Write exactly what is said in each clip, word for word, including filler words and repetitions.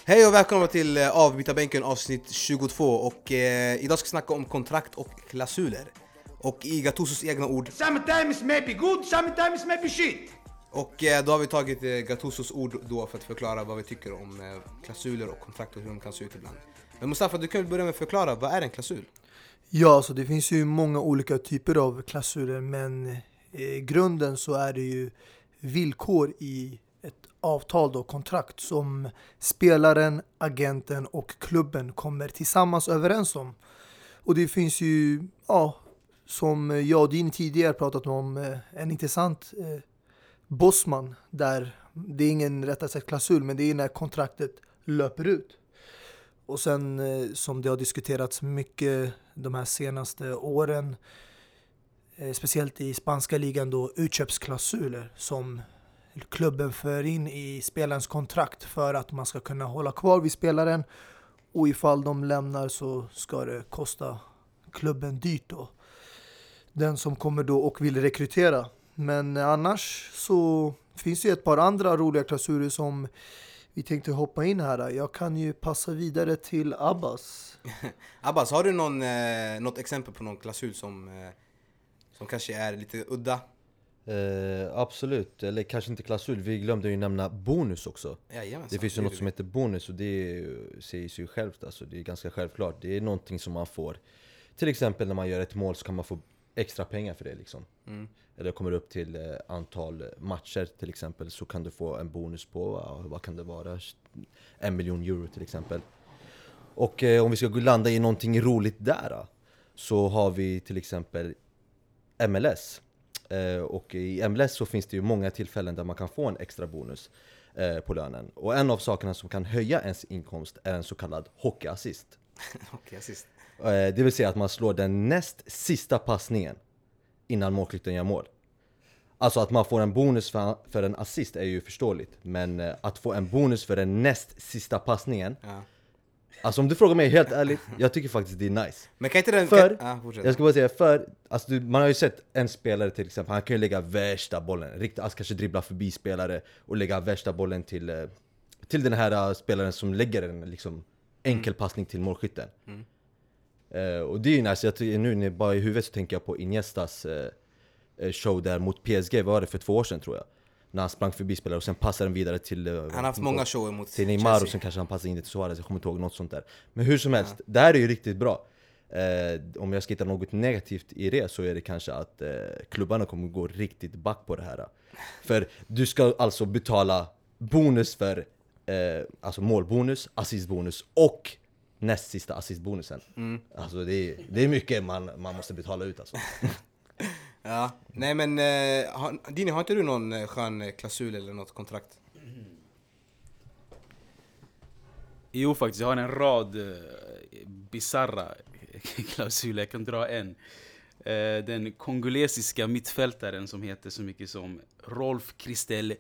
Hej och välkomna till eh, Avbytarbänken avsnitt tjugotvå. Och eh, idag ska vi snacka om kontrakt och klausuler. Och i Gattusos egna ord. Sometimes maybe good, sometimes maybe shit. Och eh, då har vi tagit eh, Gattusos ord då för att förklara vad vi tycker om eh, klausuler och kontrakt och hur de kan se ut ibland. Men Mustafa, du kan väl börja med att förklara, vad är en klausul? Ja, så det finns ju många olika typer av klausuler, men i grunden så är det ju villkor i ett avtal då, kontrakt som spelaren, agenten och klubben kommer tillsammans överens om. Och det finns ju, ja, som jag och din tidigare pratat om, en intressant eh, bossman där det är ingen rättare sagt klausul, men det är när kontraktet löper ut. Och sen eh, som det har diskuterats mycket de här senaste åren, eh, speciellt i spanska ligan då, utköpsklausuler som klubben för in i spelarens kontrakt för att man ska kunna hålla kvar vid spelaren, och ifall de lämnar så ska det kosta klubben dyrt då. Den som kommer då och vill rekrytera. Men annars så finns det ett par andra roliga klausuler som vi tänkte hoppa in här. Jag kan ju passa vidare till Abbas. Abbas, har du någon, eh, något exempel på någon klausul som, eh, som kanske är lite udda? Eh, absolut, eller kanske inte klausul. Vi glömde ju nämna bonus också. Jajamensan, det finns ju det något det. som heter bonus, och det säger sig självt. Alltså, det är ganska självklart. Det är någonting som man får. Till exempel när man gör ett mål så kan man få extra pengar för det liksom. Mm. Eller kommer upp till eh, antal matcher till exempel, så kan du få en bonus på, ja, vad kan det vara? En miljon euro till exempel. Och eh, om vi ska landa i någonting roligt där då, så har vi till exempel M L S. Eh, och i M L S så finns det ju många tillfällen där man kan få en extra bonus eh, på lönen. Och en av sakerna som kan höja ens inkomst är en så kallad hockeyassist. Hockeyassist. eh, Det vill säga att man slår den näst sista passningen innan målskytten gör mål. Alltså att man får en bonus för, för en assist är ju förståeligt. Men eh, att få en bonus för den näst sista passningen, Ja. alltså om du frågar mig helt ärligt, jag tycker faktiskt det är nice. Men kan inte den... För, kan, ah, fortsätt. jag ska bara säga, för alltså, du, man har ju sett en spelare till exempel, han kan ju lägga värsta bollen, riktigt, alltså kanske dribbla förbi spelare och lägga värsta bollen till, eh, till den här uh, spelaren som lägger en liksom, enkel passning till målskytten. Mm. Uh, och det är ju nice. Jag tycker, nu när bara i huvudet så tänker jag på Iniestas uh, show där mot P S G, vad var det för två år sedan tror jag, när han sprang förbi spelare och sen passade den vidare till uh, han har haft många shower mot till Neymar, Chelsea. och sen kanske han passade in det till Suarez, jag kommer inte ihåg något sånt där. Men hur som helst, ja. Det här är ju riktigt bra. uh, Om jag ska hitta något negativt i det, så är det kanske att uh, klubbarna kommer gå riktigt back på det här. För du ska alltså betala bonus för uh, alltså målbonus, assistbonus och näst sista assistbonusen. Mm. Alltså det är, det är mycket man, man måste betala ut alltså. Ja, nej men eh, har, Dini, har inte du någon eh, skön klausul eller något kontrakt? Mm. Jo faktiskt, jag har en rad eh, bizarra klausuler. Jag kan dra en. Eh, den kongolesiska mittfältaren som heter så mycket som Rolf Christel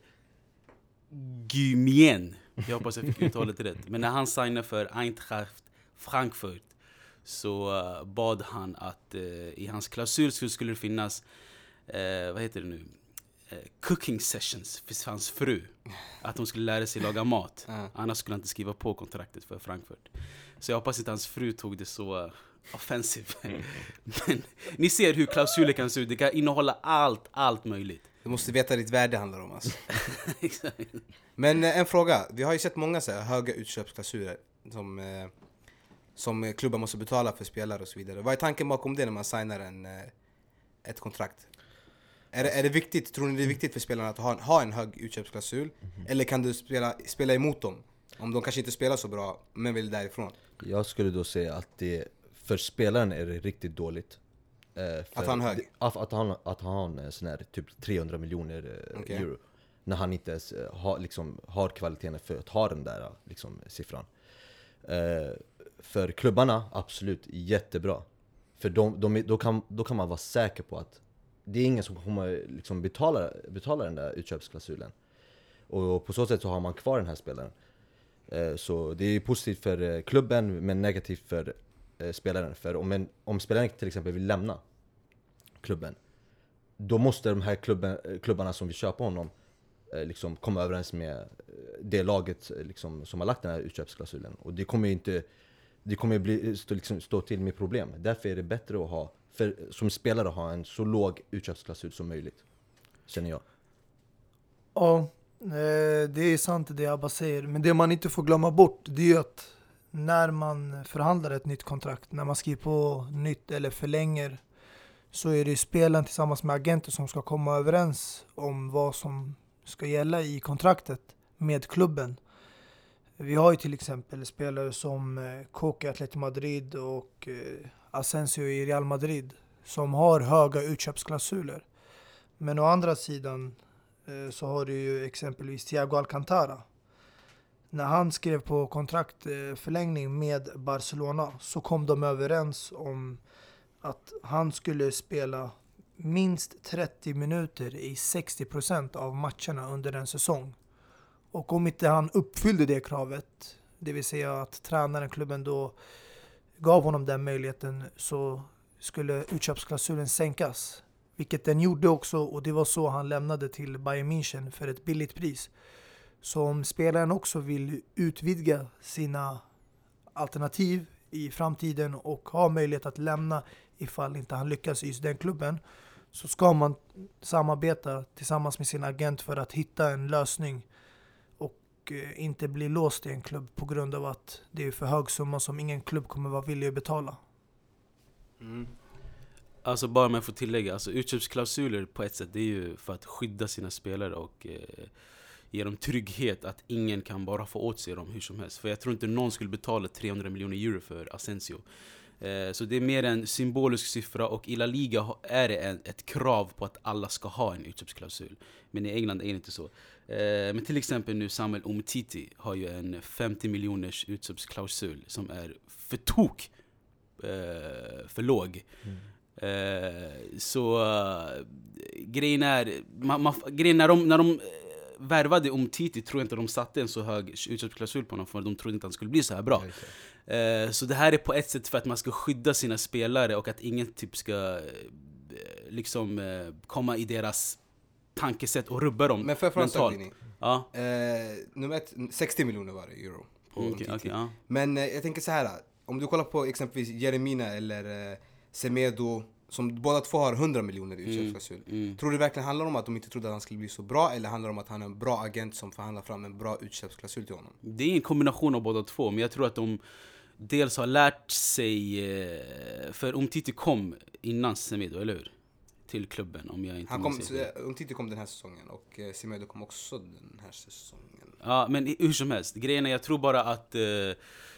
Gumien. Jag hoppas jag fick uttalet rätt. Men när han signade för Eintracht Frankfurt så uh, bad han att uh, i hans klausul skulle, skulle det finnas uh, vad heter det nu uh, cooking sessions för hans fru, att hon skulle lära sig laga mat. uh. Annars skulle han inte skriva på kontraktet för Frankfurt. Så jag hoppas inte hans fru tog det så uh, offensivt. Men ni ser hur klausuler kan se ut. Det kan innehålla allt, allt möjligt. Du måste veta ditt värde handlar om alltså. Men eh, en fråga, vi har ju sett många så här höga utköpsklausuler som eh, som klubbar måste betala för spelare och så vidare. Vad är tanken bakom det när man signar en, ett kontrakt? Är det, är det viktigt, tror ni det är viktigt för spelarna att ha, ha en hög utköpsklausul? Mm-hmm. Eller kan du spela, spela emot dem? Om de kanske inte spelar så bra, men vill därifrån. Jag skulle då säga att det, för spelaren är det riktigt dåligt. Eh, att han hög? Det, att, att, han, att han har en sån här typ trehundra miljoner eh, okay. euro. När han inte ens eh, har, liksom, har kvaliteten för att ha den där liksom, siffran. Eh, För klubbarna, absolut, jättebra. För de, de, då, kan, då kan man vara säker på att det är ingen som kommer liksom betala, betala den där utköpsklausulen. Och på så sätt så har man kvar den här spelaren. Eh, så det är positivt för eh, klubben, men negativt för eh, spelaren. För om, en, om spelaren till exempel vill lämna klubben, då måste de här klubben, klubbarna som vill köpa honom eh, liksom komma överens med det laget liksom, som har lagt den här utköpsklausulen. Och det kommer ju inte det kommer bli, stå, liksom, stå till med problem. Därför är det bättre att ha, för, som spelare, ha en så låg utköpsklausul som möjligt, känner jag. Ja, det är sant det Abba säger. Men det man inte får glömma bort, det är ju att när man förhandlar ett nytt kontrakt, när man skriver på nytt eller förlänger, så är det ju spelaren tillsammans med agenter som ska komma överens om vad som ska gälla i kontraktet med klubben. Vi har ju till exempel spelare som Koke i Atletico Madrid och Asensio i Real Madrid som har höga utköpsklausuler. Men å andra sidan så har du ju exempelvis Thiago Alcantara. När han skrev på kontraktförlängning med Barcelona så kom de överens om att han skulle spela minst trettio minuter i sextio procent av matcherna under en säsong. Och om inte han uppfyllde det kravet, det vill säga att tränaren, klubben då gav honom den möjligheten, så skulle utköpsklausulen sänkas. Vilket den gjorde också, och det var så han lämnade till Bayern München för ett billigt pris. Så om spelaren också vill utvidga sina alternativ i framtiden och ha möjlighet att lämna ifall inte han lyckas i den klubben, så ska man samarbeta tillsammans med sin agent för att hitta en lösning och inte bli låst i en klubb på grund av att det är för hög summa som ingen klubb kommer vara villig att betala. Mm. Alltså bara med att få tillägga, alltså utköpsklausuler på ett sätt, det är ju för att skydda sina spelare och eh, ge dem trygghet att ingen kan bara få åt sig dem hur som helst. För jag tror inte någon skulle betala trehundra miljoner euro för Asensio. Eh, så det är mer en symbolisk siffra, och i La Liga är det en, ett krav på att alla ska ha en utköpsklausul. Men i England är det inte så. Eh, men till exempel nu Samuel Umtiti har ju en femtio miljoners utköpsklausul som är för tok eh, för låg. Mm. Uh, så uh, grejen är man, man, grejen när de, när de värvade Umtiti, tror jag inte de satte en så hög utköpsklausul på honom, för de trodde inte han skulle bli så här bra. Uh, så det här är på ett sätt för att man ska skydda sina spelare och att ingen typ ska uh, liksom uh, komma i deras tankesätt och rubba dem. Men för att mentalt. Ja. Uh, nummer ett, sextio miljoner var det euro på mm, okay, okay, ja. Men uh, jag tänker så här, om du kollar på exempelvis Jeremina eller uh, Semedo, som båda två har hundra miljoner i utköpsklausul. Mm, mm. Tror du verkligen handlar om att de inte trodde att han skulle bli så bra, eller handlar det om att han är en bra agent som förhandlar fram en bra utköpsklausul till honom? Det är en kombination av båda två, men jag tror att de dels har lärt sig, för Umtiti kom innan Semedo, eller hur? Till klubben, om jag inte han kom, Umtiti kom den här säsongen och Semedo kom också den här säsongen. Ja, men hur som helst, grejen är, jag tror bara att uh,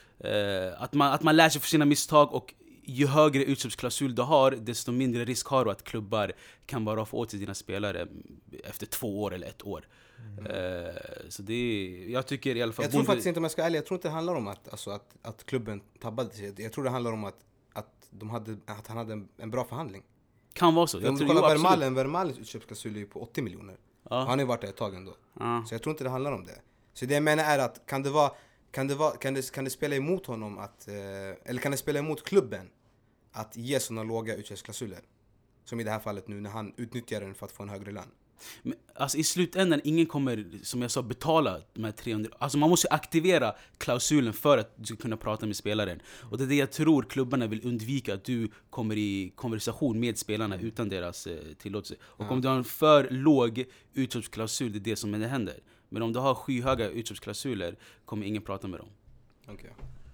uh, att, man, att man lär sig för sina misstag, och ju högre utköpsklausul du har, desto mindre risk har du att klubbar kan bara få åt sig dina spelare efter två år eller ett år. Mm. Uh, så det är, jag tycker i alla fall... Jag tror Bonde... faktiskt inte, om jag ska ärlig, jag tror inte det handlar om att, alltså, att, att klubben tabbade sig. Jag tror det handlar om att, att, de hade, att han hade en, en bra förhandling. Kan vara så. Jag om du kollar Vermalen, Vermalens utköpsklausul är på åttio miljoner. Ja. Han har ju varit där ett tag ändå. Ja. Så jag tror inte det handlar om det. Så det jag menar är att kan det vara... Kan det, vara, kan, det, kan det spela emot honom att, eh, eller kan det spela emot klubben att ge sådana låga utköpsklausuler? Som i det här fallet nu när han utnyttjar den för att få en högre lön. Men, alltså i slutändan, ingen kommer, som jag sa, betala de här trehundra. Alltså man måste aktivera klausulen för att du ska kunna prata med spelaren. Och det är det jag tror klubbarna vill undvika, att du kommer i konversation med spelarna utan deras eh, tillåtelse. Och ja. Om du har en för låg utköpsklausul, det är det som det händer. Men om du har skyhöga utköpsklausuler kommer ingen prata med dem. Okay.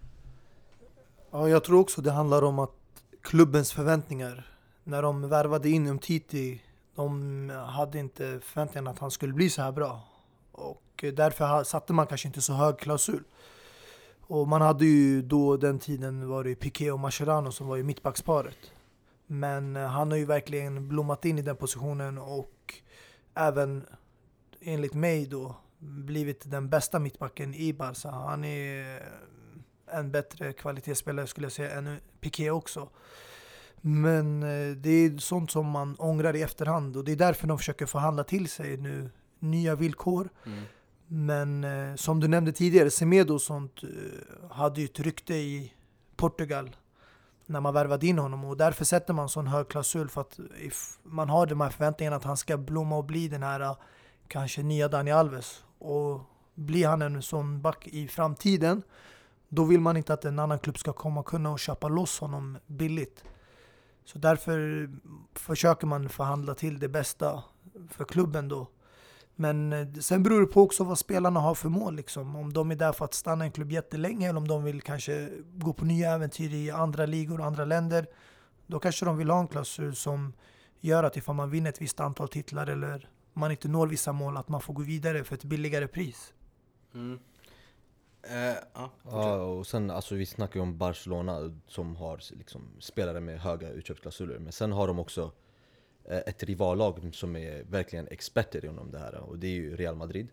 Ja, jag tror också det handlar om att klubbens förväntningar, när de värvade in Umtiti, de hade inte förväntningarna att han skulle bli så här bra. Och därför satte man kanske inte så hög klausul. Och man hade ju då den tiden var det Piqué och Mascherano som var i mittbacksparet. Men han har ju verkligen blommat in i den positionen och även enligt mig då blivit den bästa mittbacken i Barca. Han är en bättre kvalitetsspelare skulle jag säga än Piqué också. Men det är sånt som man ångrar i efterhand, och det är därför de försöker förhandla till sig nu nya villkor. Mm. Men eh, som du nämnde tidigare, Semedo och sånt eh, hade ju ett rykte i Portugal när man värvade in honom, och därför sätter man sån hög klausul för att if man har de här förväntningarna att han ska blomma och bli den här kanske nya Dani Alves. Och blir han en sån back i framtiden, då vill man inte att en annan klubb ska komma och kunna och köpa loss honom billigt. Så därför försöker man förhandla till det bästa för klubben då. Men sen beror det på också vad spelarna har för mål. Liksom. Om de är där för att stanna i en klubb jättelänge eller om de vill kanske gå på nya äventyr i andra ligor och andra länder. Då kanske de vill ha en klausul som gör att ifall man vinner ett visst antal titlar eller man inte når vissa mål att man får gå vidare för ett billigare pris. Mm. Uh, ja, ja, och sen alltså vi snackar ju om Barcelona som har liksom spelare med höga utköpsklausuler, men sen har de också eh, ett rivallag som är verkligen experter inom det här, och det är ju Real Madrid.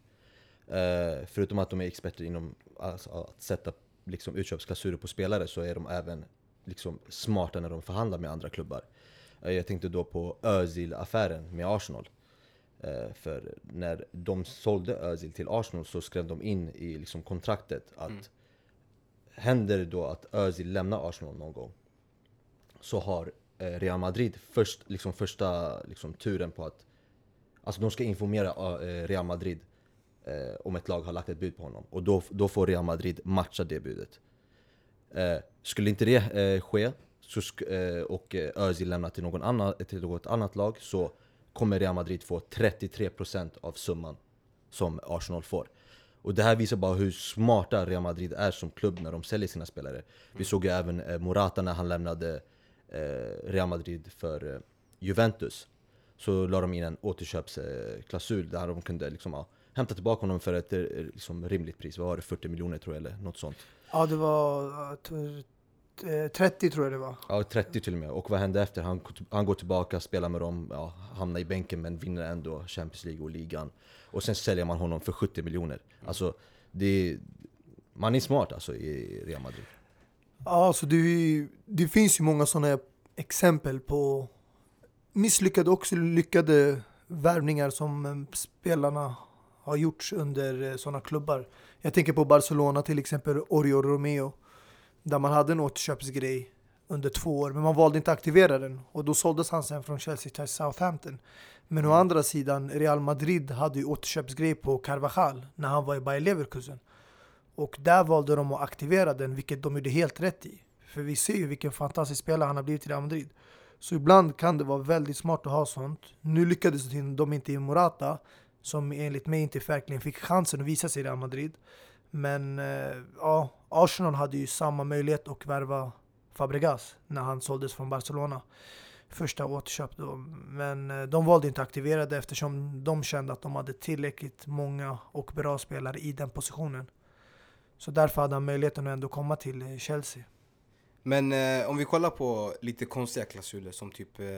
Eh, förutom att de är experter inom alltså, att sätta liksom utköpsklausuler på spelare, så är de även liksom smarta när de förhandlar med andra klubbar. Eh, jag tänkte då på Özil-affären med Arsenal. För när de sålde Özil till Arsenal så skrev de in i liksom kontraktet att mm. händer då att Özil lämnar Arsenal någon gång, så har Real Madrid först, liksom första liksom, turen på att alltså de ska informera Real Madrid eh, om ett lag har lagt ett bud på honom, och då, då får Real Madrid matcha det budet. Eh, skulle inte det eh, ske så sk- eh, och Özil lämnar till, någon annan, till något annat lag, så kommer Real Madrid få trettiotre procent av summan som Arsenal får. Och det här visar bara hur smarta Real Madrid är som klubb när de säljer sina spelare. Mm. Vi såg ju även eh, Morata när han lämnade eh, Real Madrid för eh, Juventus. Så la de in en återköpsklausul där de kunde liksom, ja, hämta tillbaka honom för ett liksom, rimligt pris. Vad var det? fyrtio miljoner tror jag, eller något sånt. Ja, det var trettio tror jag det var. Ja, trettio till och med. Och vad hände efter? Han, han går tillbaka, spelar med dem, ja, hamnar i bänken men vinner ändå Champions League och ligan. Och sen säljer man honom för sjuttio miljoner. Mm. Alltså, det, man är smart alltså i Real Madrid. Ja, alltså det, det finns ju många sådana exempel på misslyckade och lyckade värvningar som spelarna har gjorts under sådana klubbar. Jag tänker på Barcelona till exempel, Oriol Romeo, där man hade en återköpsgrej under två år, men man valde inte att aktivera den. Och då såldes han sen från Chelsea till Southampton. Men mm. å andra sidan, Real Madrid hade ju återköpsgrej på Carvajal när han var i Bayer Leverkusen. Och där valde de att aktivera den, vilket de gjorde helt rätt i. För vi ser ju vilken fantastisk spelare han har blivit i Real Madrid. Så ibland kan det vara väldigt smart att ha sånt. Nu lyckades de inte i Morata, som enligt mig inte verkligen fick chansen att visa sig i Real Madrid. Men eh, ja, Arsenal hade ju samma möjlighet att värva Fabregas när han såldes från Barcelona. Första återköp då. Men eh, de valde inte att aktivera det eftersom de kände att de hade tillräckligt många och bra spelare i den positionen. Så därför hade han möjligheten att ändå komma till Chelsea. Men eh, om vi kollar på lite konstiga klausuler som typ eh,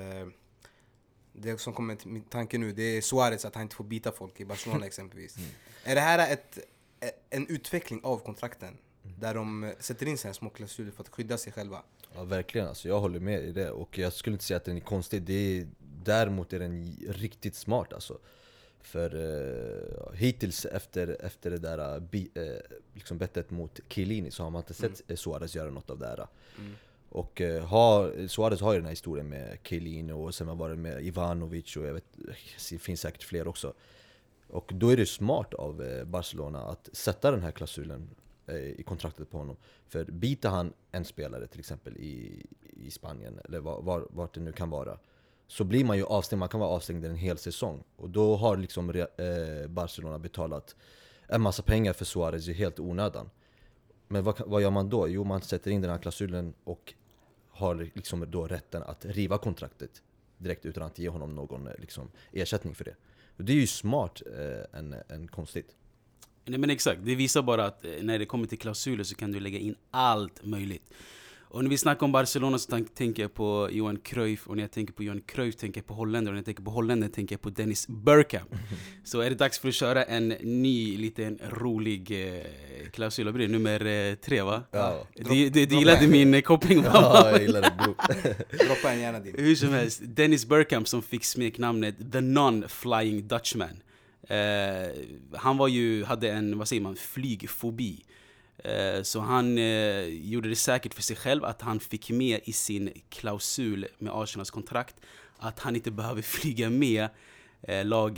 det som kommer till min tanke nu, det är Suarez, att han inte får bita folk i Barcelona exempelvis. Mm. Är det här ett, en utveckling av kontrakten mm. där de sätter in sig små klausuler för att skydda sig själva? Ja, verkligen. Alltså, jag håller med i det, och jag skulle inte säga att den är konstig. Det är, däremot är den riktigt smart alltså. För uh, hittills efter, efter det där bi, uh, liksom bettet mot Chiellini så har man inte sett mm. Suarez göra något av det här. Mm. Och uh, har, Suarez har ju den här historien med Chiellini, och sen har varit med Ivanovic, och jag vet, det finns säkert fler också. Och då är det smart av uh, Barcelona att sätta den här klausulen uh, i kontraktet på honom. För biter han en spelare till exempel i, i Spanien, eller var, var, vart det nu kan vara, så blir man ju avstängd, man kan vara avstängd en hel säsong. Och då har liksom eh, Barcelona betalat en massa pengar för Suarez i helt onödan. Men vad, vad gör man då? Jo, man sätter in den här klausulen och har liksom då rätten att riva kontraktet direkt utan att ge honom någon liksom, ersättning för det. Och det är ju smart eh, än, än konstigt. Nej, men exakt, det visar bara att när det kommer till klausuler så kan du lägga in allt möjligt. Och när vi snackar om Barcelona så tänker jag på Johan Cruyff, och när jag tänker på Johan Cruyff tänker jag på Holländer, och när jag tänker på Holländer tänker jag på Dennis Bergkamp. Så är det dags för att köra en ny liten rolig eh, klausul. Det är nummer eh, tre, va? Ja. Du, du, du gillade min koppling, va? Ja, jag gillade det. Droppa en gärna din. Hur som helst, Dennis Bergkamp som fick smeknamnet The Non-Flying Dutchman. Eh, han var ju, hade en, vad säger man, flygfobi. Så han eh, gjorde det säkert för sig själv att han fick med i sin klausul med Arsenals kontrakt att han inte behöver flyga med eh, laget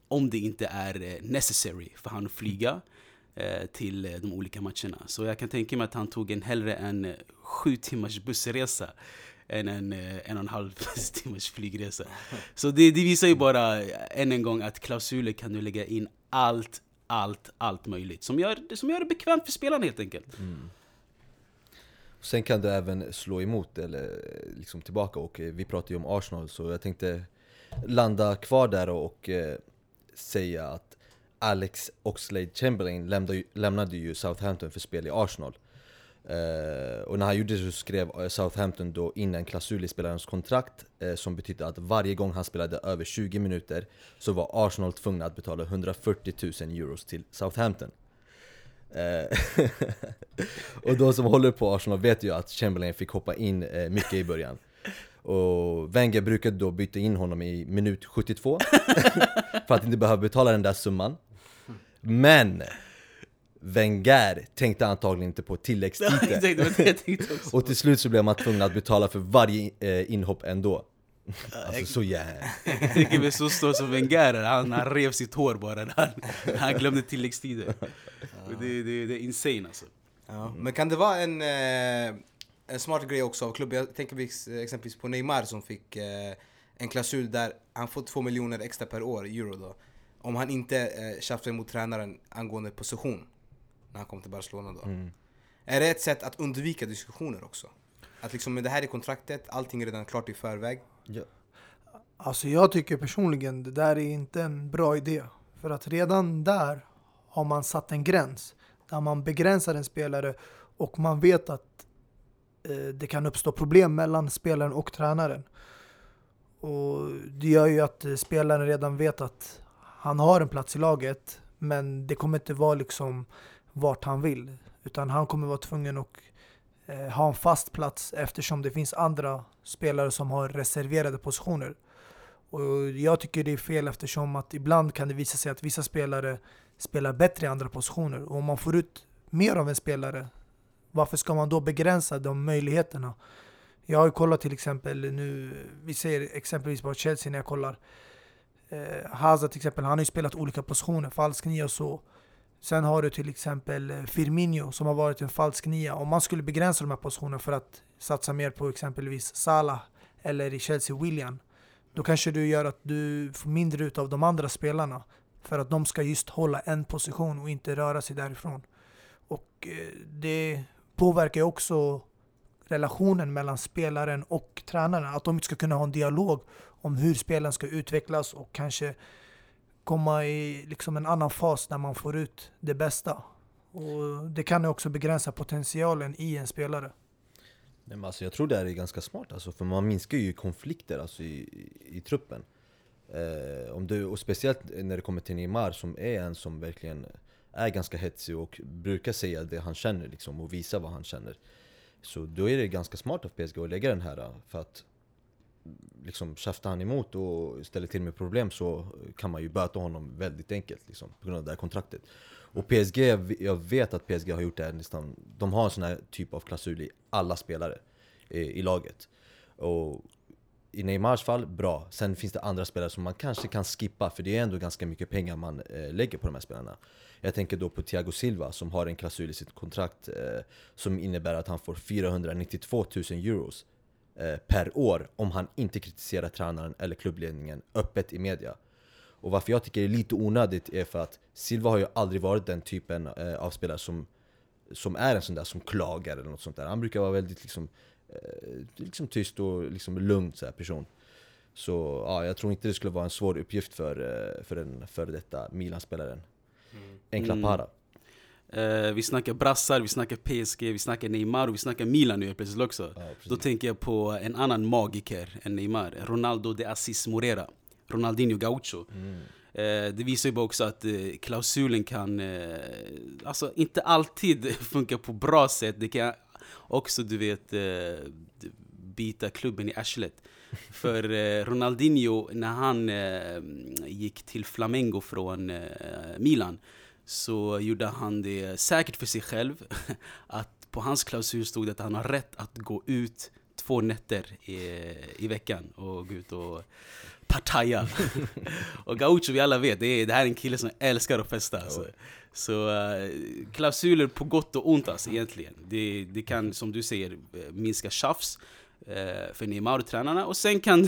om det inte är eh, necessary för han att flyga eh, till eh, de olika matcherna. Så jag kan tänka mig att han tog en hellre en eh, sju timmars bussresa än en eh, en och en halv timmars flygresa. Så det, det visar ju bara eh, än en gång att klausuler kan du lägga in allt, allt, allt möjligt. Som gör, som gör det bekvämt för spelarna helt enkelt. Mm. Sen kan du även slå emot eller liksom tillbaka, och vi pratar ju om Arsenal, så jag tänkte landa kvar där och eh, säga att Alex Oxlade-Chamberlain lämnade ju, lämnade ju Southampton för spel i Arsenal. Eh, och när han gjorde det så skrev Southampton då in en klausul i spelarens kontrakt eh, som betydde att varje gång han spelade över tjugo minuter så var Arsenal tvungna att betala hundrafyrtio tusen euros till Southampton. Och de som håller på Arsenal vet ju att Chamberlain fick hoppa in eh, mycket i början. Och Wenger brukade då byta in honom i minut sjuttiotvå för att inte behöva betala den där summan. Men Wenger tänkte antagligen inte på tilläggstid. Och till slut så blev man tvungen att betala för varje eh, inhopp ändå. Alltså så jävla. Jag tycker vi så stor som Wenger, han, han rev sitt hår bara han, han glömde tilläggstider. Det, det, det är insane alltså. Ja. Men kan det vara en, eh, en smart grej också av klubben? Jag tänker exempelvis på Neymar som fick eh, en klausul där han får två miljoner extra per år, euro då. Om han inte eh, tjafsar emot tränaren angående position när han kommer till Barcelona då. Mm. Är det ett sätt att undvika diskussioner också? Att liksom, men det här är kontraktet, allting är redan klart i förväg. Ja. Alltså jag tycker personligen det där är inte en bra idé. För att redan där har man satt en gräns. Där man begränsar en spelare och man vet att eh, det kan uppstå problem mellan spelaren och tränaren. Och det gör ju att eh, spelaren redan vet att han har en plats i laget. Men det kommer inte vara liksom vart han vill. Utan han kommer vara tvungen att eh, ha en fast plats eftersom det finns andra spelare som har reserverade positioner. Och jag tycker det är fel eftersom att ibland kan det visa sig att vissa spelare spelar bättre i andra positioner. Och om man får ut mer av en spelare, varför ska man då begränsa de möjligheterna? Jag har ju kollat till exempel nu, vi ser exempelvis på Chelsea när jag kollar. Eh, Hazard till exempel, han har ju spelat olika positioner, falsk nia och så. Sen har du till exempel Firmino som har varit en falsk nia. Om man skulle begränsa de här positionerna för att satsa mer på exempelvis Salah eller i Chelsea William, då kanske du gör att du får mindre ut av de andra spelarna för att de ska just hålla en position och inte röra sig därifrån. Och det påverkar också relationen mellan spelaren och tränaren. Att de inte ska kunna ha en dialog om hur spelaren ska utvecklas och kanske komma i liksom en annan fas där man får ut det bästa. Och det kan också begränsa potentialen i en spelare. Nej, men alltså, jag tror det här är ganska smart alltså, för man minskar ju konflikter alltså, i, i, i truppen. Eh, om du, och speciellt när det kommer till Neymar som är en som verkligen är ganska hetsig och brukar säga det han känner liksom, och visa vad han känner. Så då är det ganska smart av P S G att lägga den här, för att liksom tjaftar han emot och ställer till med problem så kan man ju böta honom väldigt enkelt liksom, på grund av det här kontraktet. Och P S G, jag vet att P S G har gjort det här nästan, de har en sån här typ av klausul i alla spelare i, i laget. Och i Neymars fall, bra. Sen finns det andra spelare som man kanske kan skippa, för det är ändå ganska mycket pengar man eh, lägger på de här spelarna. Jag tänker då på Thiago Silva som har en klausul i sitt kontrakt eh, som innebär att han får fyrahundranittiotvå tusen euros eh, per år om han inte kritiserar tränaren eller klubbledningen öppet i media. Och varför jag tycker det är lite onödigt är för att Silva har ju aldrig varit den typen eh, av spelare som, som är en sån där som klagar eller något sånt där. Han brukar vara väldigt liksom, eh, liksom tyst och liksom lugn så här person. Så ja, jag tror inte det skulle vara en svår uppgift för, eh, för den för detta Milan-spelaren. Mm. Enkla para. Mm. Uh, vi snackar brassar, vi snackar P S G, vi snackar Neymar och vi snackar Milan nu plötsligt också. Ja, då tänker jag på en annan magiker än Neymar, Ronaldo de Assis Moreira. Ronaldinho Gaucho. Mm. Eh, det visar ju bara också att eh, klausulen kan eh, alltså inte alltid funka på bra sätt. Det kan också, du vet, eh, bita klubben i arslet. För eh, Ronaldinho, när han eh, gick till Flamengo från eh, Milan, så gjorde han det säkert för sig själv att på hans klausul stod det att han har rätt att gå ut få nätter i, i veckan och gå ut och partaja. Och Gaucho, vi alla vet, det, är, det här är en kille som älskar att festa. Alltså. Så uh, klausuler på gott och ont alltså, egentligen. Det, det kan, som du säger, minska tjafs uh, för Neymar-tränarna. Och sen kan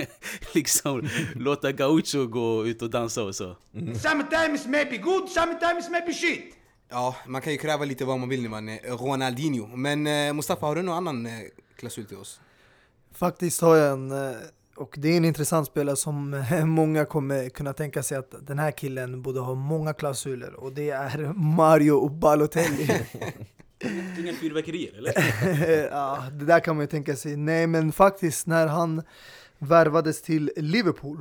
liksom låta Gaucho gå ut och dansa och så. Mm. Sometimes maybe good, sometimes maybe shit. Ja, man kan ju kräva lite vad man vill när man är Ronaldinho. Men uh, Mustafa, har du någon annan uh, klausul till oss? Faktiskt har jag en... Uh... Och det är en intressant spelare som många kommer kunna tänka sig att den här killen borde ha många klausuler. Och det är Mario Balotelli. Inga fyrverkerier, eller? Ja, det där kan man ju tänka sig. Nej, men faktiskt när han värvades till Liverpool,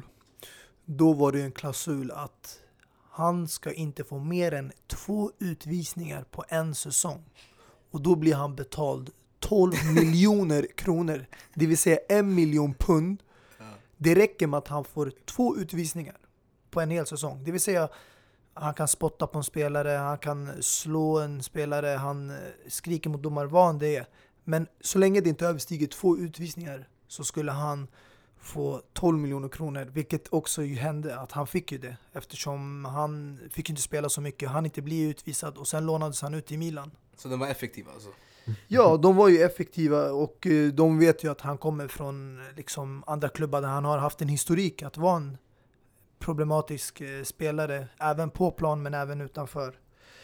då var det en klausul att han ska inte få mer än två utvisningar på en säsong. Och då blir han betald tolv miljoner kronor. Det vill säga en miljon pund. Det räcker med att han får två utvisningar på en hel säsong. Det vill säga, han kan spotta på en spelare, han kan slå en spelare, han skriker mot domar, vad han det är. Men så länge det inte överstiger två utvisningar så skulle han få tolv miljoner kronor. Vilket också ju hände, att han fick ju det. Eftersom han fick inte spela så mycket, han inte bli utvisad och sen lånades han ut i Milan. Så den var effektiv alltså? Ja, de var ju effektiva och de vet ju att han kommer från liksom andra klubbar där han har haft en historik att vara en problematisk spelare, även på plan men även utanför.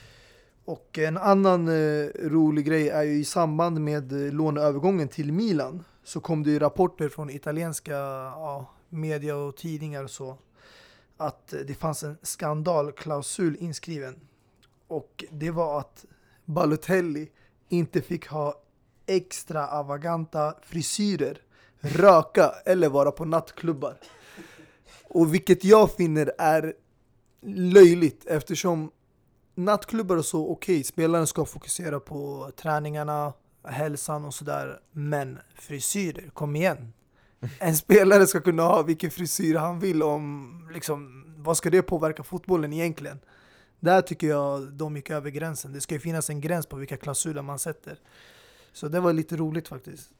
Och en annan eh, rolig grej är ju i samband med låneövergången till Milan så kom det ju rapporter från italienska ja, media och tidningar och så att det fanns en skandalklausul inskriven. Och det var att Balotelli inte fick ha extra avaganta frisyrer, röka eller vara på nattklubbar. Och vilket jag finner är löjligt eftersom nattklubbar och så, okej, okay, spelaren ska fokusera på träningarna, hälsan och sådär. Men frisyrer, kom igen. En spelare ska kunna ha vilken frisyr han vill om, liksom, vad ska det påverka fotbollen egentligen? Där tycker jag de gick över gränsen. Det ska ju finnas en gräns på vilka klausuler man sätter. Så det var lite roligt faktiskt.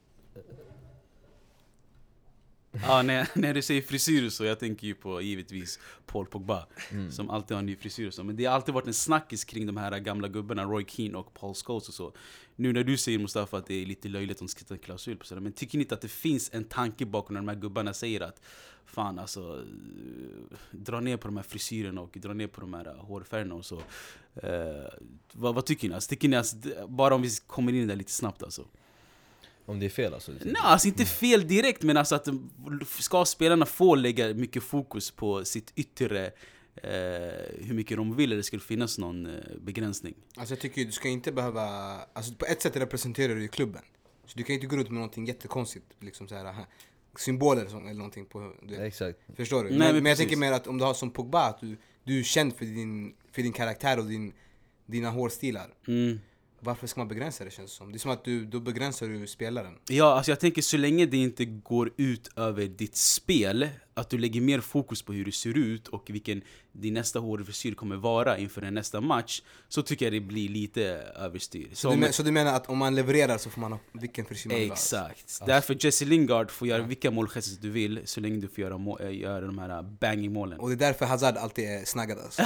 Ja, när, när du säger frisyr så jag tänker ju på givetvis Paul Pogba mm. som alltid har en ny frisyr så. Men det har alltid varit en snackis kring de här gamla gubbarna Roy Keane och Paul Scholes och så. Nu när du säger Mustafa att det är lite löjligt att de ska ta en klausul på sådär. Men tycker ni inte att det finns en tanke bakom när de här gubbarna säger att fan alltså dra ner på de här frisyrerna och dra ner på de här hårfärgerna och så. Uh, vad, vad tycker ni? Alltså, tycker ni alltså, bara om vi kommer in där lite snabbt alltså. Om det är fel alltså? Nej, alltså inte fel direkt, men alltså att ska spelarna få lägga mycket fokus på sitt yttre, eh, hur mycket de vill, eller det skulle finnas någon eh, begränsning. Alltså jag tycker du ska inte behöva, alltså på ett sätt representerar du ju klubben. Så du kan inte gå runt med någonting jättekonstigt, liksom så här symboler eller någonting på du vet. Exakt. Förstår du? Nej, men, men, men jag tänker mer att om du har som Pogba, att du, du är känd för din, för din karaktär och din, dina hårstilar. Mm. Varför ska man begränsa det, känns det som? Det är som att du, då begränsar du spelaren. Ja, alltså jag tänker så länge det inte går ut över ditt spel, att du lägger mer fokus på hur du ser ut och vilken din nästa hårfrisyr kommer vara inför den nästa match, så tycker jag det blir lite överstyr. Så, så, du, om, men, så du menar att om man levererar så får man ha vilken frisyr man vill? Exakt. Alltså. Därför Jesse Lingard får göra ja. vilka målgester du vill så länge du får göra, må, göra de här banging-målen. Och det är därför Hazard alltid är snaggad alltså.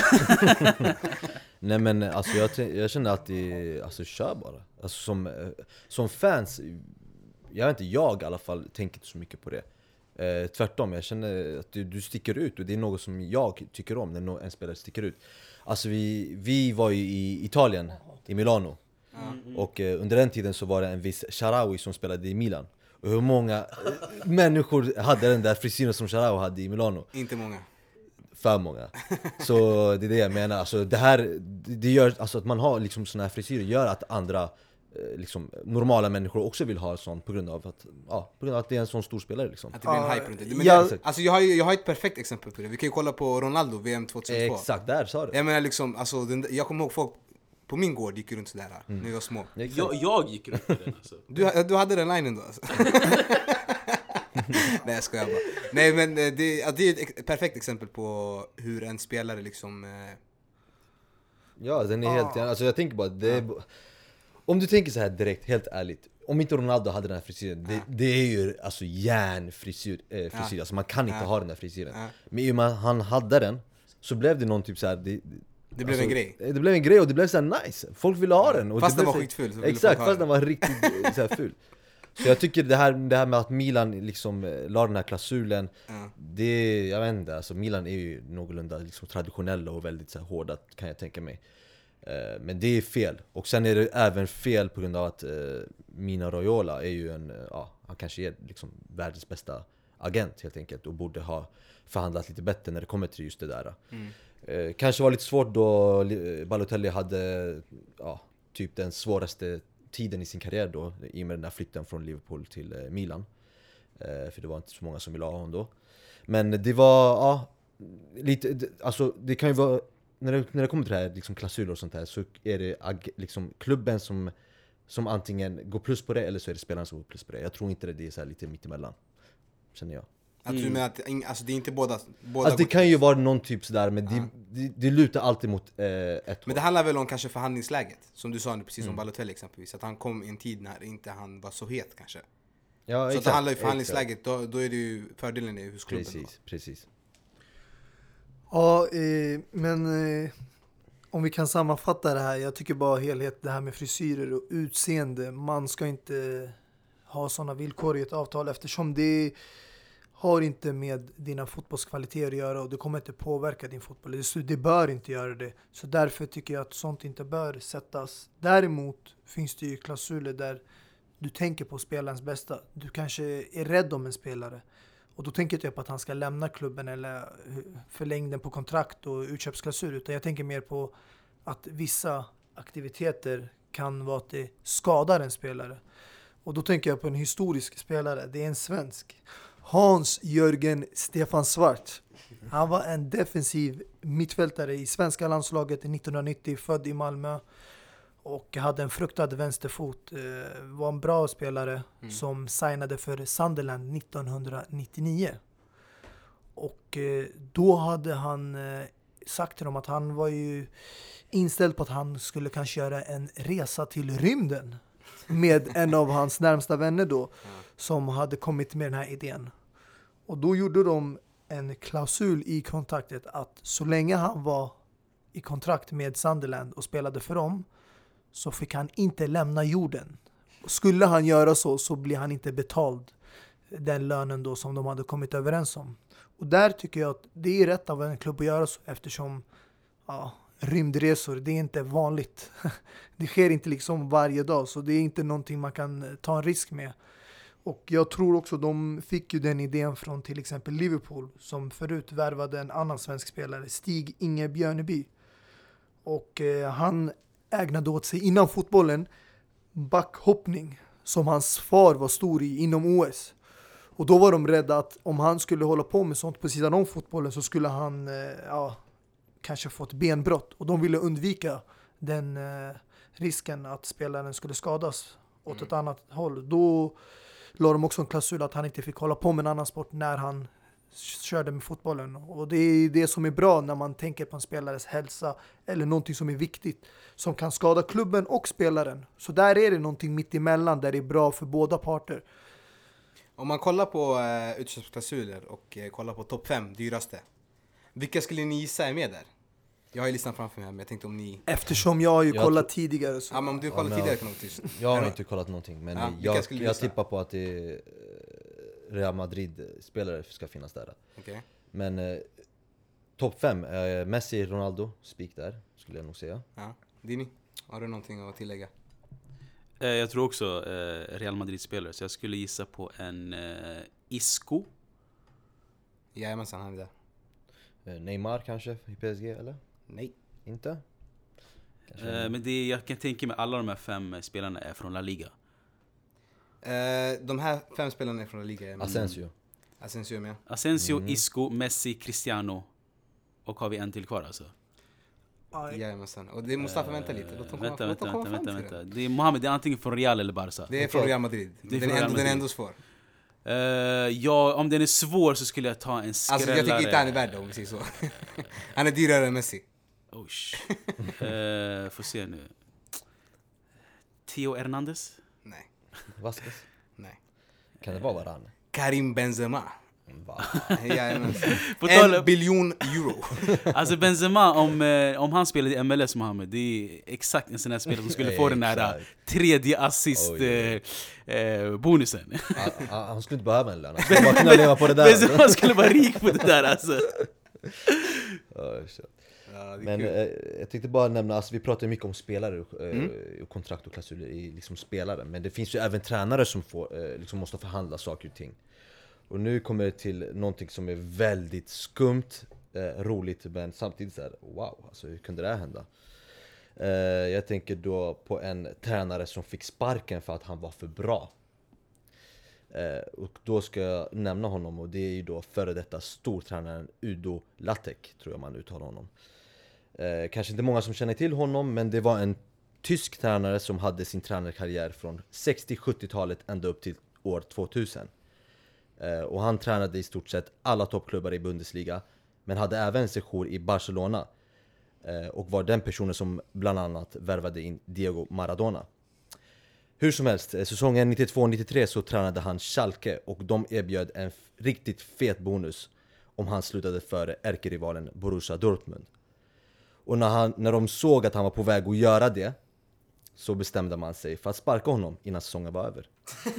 Nej men alltså jag, jag känner att det, alltså kör bara. Alltså som, som fans, jag vet inte, jag i alla fall tänker inte så mycket på det. Eh, tvärtom, jag känner att du, du sticker ut och det är något som jag tycker om när en spelare sticker ut. Alltså vi, vi var ju i Italien, i Milano. Mm. Och eh, under den tiden så var det en viss Sharawi som spelade i Milan. Och hur många eh, människor hade den där frisyren som Sharawi hade i Milano? Inte många. För många. Så det är det jag menar. Alltså det här, det gör, alltså att man har liksom såna här frisyrer gör att andra liksom normala människor också vill ha sånt på grund av att ja, på grund av att det är en sån stor spelare liksom. Att det blir en hype runt det. Men jag, det, alltså jag har ju, jag har ett perfekt exempel på det. Vi kan ju kolla på Ronaldo V M tjugohundratvå. Exakt, där sa du. Jag menar liksom, alltså den, jag kommer ihåg folk på min gård gick runt sådär mm. när jag var små. Jag, jag gick runt med den alltså. Du, du hade den linen då alltså. Nej, jag skojar bara. Nej, men det, det är ett perfekt exempel på hur en spelare liksom... Eh... Ja, den är helt... Ah. Alltså jag tänker bara... Det är, om du tänker så här direkt, helt ärligt. om inte Ronaldo hade den här frisyren, det, det är ju alltså järnfrisyr, äh, frisyr. Ja. Alltså man kan inte Ja. ha den där frisyren. Ja. Men i och med att han hade den, så blev det någon typ så här. Det, Det blev en grej. Det blev en grej och det blev så här nice. Folk ville ha den. Och Fast det den blev var så- skitful, så ville Exakt, folk ha fast den. den var riktigt så här ful. Så jag tycker det här, det här med att Milan liksom eh, la den här klausulen, Ja. det, jag vet inte, alltså Milan är ju någorlunda liksom traditionella och väldigt så här hårda, kan jag tänka mig. Eh, men det är fel. Och sen är det även fel på grund av att eh, Mino Raiola är ju en, eh, ja, han kanske är liksom världens bästa agent helt enkelt och borde ha förhandlat lite bättre när det kommer till just det där. Mm. Eh, kanske var lite svårt då eh, Balotelli hade ja, typ den svåraste tiden i sin karriär då, i och med den där flytten från Liverpool till eh, Milan. Eh, för det var inte så många som ville ha honom då. Men det var, ja, lite, det, alltså det kan ju vara, när det, när det kommer till det här, liksom klausuler och sånt här, så är det ag, liksom klubben som, som antingen går plus på det, eller så är det spelaren som går plus på det. Jag tror inte det, det är så här lite mittemellan, känner jag. Att du menar att ing- alltså, det är inte båda, båda Alltså det går- kan ju vara någon typ sådär, men det, det, det lutar alltid mot eh, ett Men det handlar väl om kanske förhandlingsläget, som du sa nu, precis Mm. som Balotelli exempelvis, att han kom i en tid när inte han var så het kanske. Ja, Så att det handlar ju exakt. förhandlingsläget, då, då är det ju fördelen i hos klubben. Precis, precis. Ja, eh, men eh, om vi kan sammanfatta det här. Jag tycker bara helhet, det här med frisyrer och utseende. Man ska inte ha sådana villkor i ett avtal, eftersom det har inte med dina fotbollskvaliteter att göra och det kommer inte påverka din fotboll. Det, det bör inte göra det. Så därför tycker jag att sånt inte bör sättas. Däremot finns det ju klausuler där du tänker på spelarens bästa. Du kanske är rädd om en spelare. Och då tänker jag inte på att han ska lämna klubben eller förlängden på kontrakt och utköpsklausul, utan jag tänker mer på att vissa aktiviteter kan vara att det skadar en spelare. Och då tänker jag på en historisk spelare, det är en svensk. Hans-Jörgen Stefan Svart. Han var en defensiv mittfältare i svenska landslaget nittonhundranittio, född i Malmö. Och hade en fruktad vänsterfot. Eh, var en bra spelare Mm. som signade för Sunderland nittonhundranittionio. Och eh, då hade han eh, sagt till dem att han var ju inställd på att han skulle kanske göra en resa till rymden. Med en av hans närmsta vänner då. Som hade kommit med den här idén. Och då gjorde de en klausul i kontraktet att så länge han var i kontrakt med Sunderland och spelade för dem, så fick han inte lämna jorden. Och skulle han göra så, så blir han inte betald den lönen då som de hade kommit överens om. Och där tycker jag att det är rätt av en klubb att göra så, eftersom ja, rymdresor, det är inte vanligt. Det sker inte liksom varje dag, så det är inte någonting man kan ta en risk med. Och jag tror också de fick ju den idén från till exempel Liverpool, som förut värvade en annan svensk spelare, Stig Inge Björneby. Och eh, han ägnade åt sig innan fotbollen backhoppning, som hans far var stor i inom O S. Och då var de rädda att om han skulle hålla på med sånt på sidan om fotbollen, så skulle han eh, ja, kanske få ett benbrott. Och de ville undvika den eh, risken att spelaren skulle skadas åt ett annat håll. Då la de också en klausul att han inte fick hålla på med en annan sport när han körde med fotbollen. Och det är det som är bra när man tänker på en spelares hälsa eller någonting som är viktigt som kan skada klubben och spelaren. Så där är det någonting mitt emellan där det är bra för båda parter. Om man kollar på uh, utköpsklausuler och uh, kollar på topp fem dyraste, vilka skulle ni gissa är med där? Jag har ju listan framför mig, men jag tänkte om ni... Eftersom jag har ju Jag kollat tror- tidigare så... Ja, men om du kollar men- tidigare kan du tyst. Jag har Ja. inte kollat någonting, men Ja, vilka jag, skulle du jag gissa? tippar på att det är eh, Real Madrid-spelare ska finnas där. Okej. Men eh, topp fem, eh, Messi, Ronaldo, spik där, skulle jag nog säga. Ja. Dini, har du någonting att tillägga? Eh, Jag tror också eh, Real Madrid-spelare, så jag skulle gissa på en eh, Isco. Jajamensan, han är där. Eh, Neymar kanske i P S G, eller? Nej. Inte? Kanske. Eh, men det jag kan tänka mig, alla de här fem spelarna är från La Liga. Uh, de här fem spelarna är från La Liga. Asensio. Asensio är med. Asensio, Mm. Isco, Messi, Cristiano. Och har vi en till kvar alltså? Aj. Jajamensan. Och det är Mustafa, vänta lite. Låt dem komma, vänta, låt dem vänta, komma vänta, fram vänta, till vänta. det. Det är Mohamed, det är antingen från Real eller Barca. Det är från Real Madrid. Det är Den från är, Real ändå, den är Madrid. ändå svår. Uh, ja, om den är svår så skulle jag ta en skrällare. Alltså jag tycker inte han är värd det, om vi säger så. Han är dyrare än Messi. Oh, uh, får se nu. Theo Hernandez? Nej. Vasquez? Nej. Kan det vara Varane? Karim Benzema. Va? På tal En om- biljon euro. Alltså Benzema, om, eh, om han spelade i M L S, Mohammed, det är exakt en sån här spelare som skulle få den här Exakt. tredje assist Oj, oj, eh, eh, bonusen. Han, han, han skulle inte behöva en lön, han skulle bara kunna leva på det där. Benzema skulle vara rik på det där alltså. Oh, shit. Ja, det är Men kul. eh, jag tänkte bara nämna, alltså, vi pratar ju mycket om spelare och, eh, Mm. och kontrakt och klausuler i liksom spelare. Men det finns ju även tränare som får, eh, liksom måste förhandla saker och ting. Och nu kommer det till någonting som är väldigt skumt, eh, roligt, men samtidigt så här, wow, alltså hur kunde det här hända? Eh, jag tänker då på en tränare som fick sparken för att han var för bra. Eh, och då ska jag nämna honom, och det är ju då före detta stortränaren Udo Lattek, tror jag man uttalar honom. Eh, kanske inte många som känner till honom, men det var en tysk tränare som hade sin tränarkarriär från sextio-sjuttiotalet ända upp till år tvåtusen. Eh, och han tränade i stort sett alla toppklubbar i Bundesliga, men hade även en sejour i Barcelona. Eh, och var den personen som bland annat värvade in Diego Maradona. Hur som helst, eh, säsongen nittiotvå nittiotre så tränade han Schalke, och de erbjöd en f- riktigt fet bonus om han slutade före ärkerivalen Borussia Dortmund. Och när, han, när de såg att han var på väg att göra det, så bestämde man sig för att sparka honom innan säsongen var över.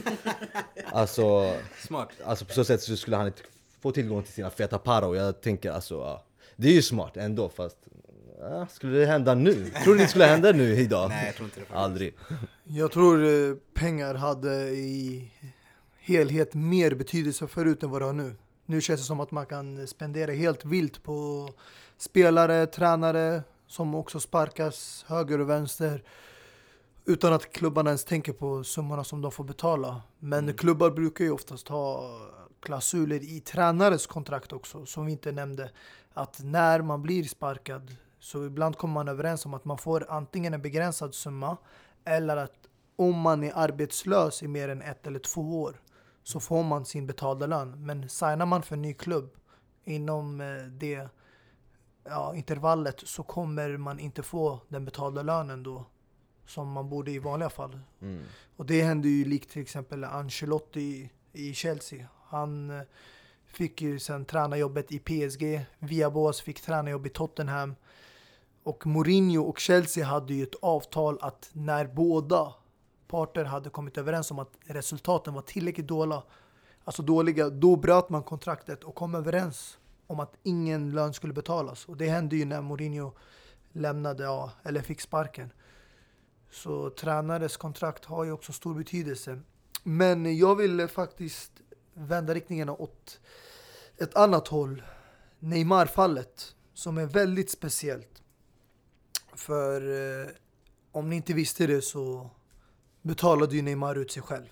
Alltså, Smart. alltså på så sätt så skulle han inte få tillgång till sina feta para. Och jag tänker alltså, ja, det är ju smart ändå, fast ja, skulle det hända nu? Tror du det skulle hända nu idag? Nej, jag tror inte det. faktiskt. Aldrig. Jag tror eh, pengar hade i helhet mer betydelse förut än vad det har nu. Nu känns det som att man kan spendera helt vilt på spelare, tränare som också sparkas höger och vänster utan att klubbarna ens tänker på summorna som de får betala. Men Mm. klubbar brukar ju oftast ha klausuler i tränares kontrakt också, som vi inte nämnde. Att när man blir sparkad så ibland kommer man överens om att man får antingen en begränsad summa, eller att om man är arbetslös i mer än ett eller två år så får man sin betalda lön. Men signar man för en ny klubb inom eh, det ja, intervallet så kommer man inte få den betalda lönen då som man borde i vanliga fall. Mm. Och det hände ju likt till exempel Ancelotti i Chelsea. Han eh, fick ju sen tränarjobbet i P S G. Villas fick tränarjobb i Tottenham. Och Mourinho och Chelsea hade ju ett avtal att när båda parter hade kommit överens om att resultaten var tillräckligt dåliga, alltså dåliga, då bröt man kontraktet och kom överens om att ingen lön skulle betalas. Och det hände ju när Mourinho lämnade, ja, eller fick sparken. Så tränares kontrakt har ju också stor betydelse. Men jag vill faktiskt vända riktningen åt ett annat håll. Neymar-fallet, som är väldigt speciellt. För eh, om ni inte visste det så betalade ju Neymar ut sig själv.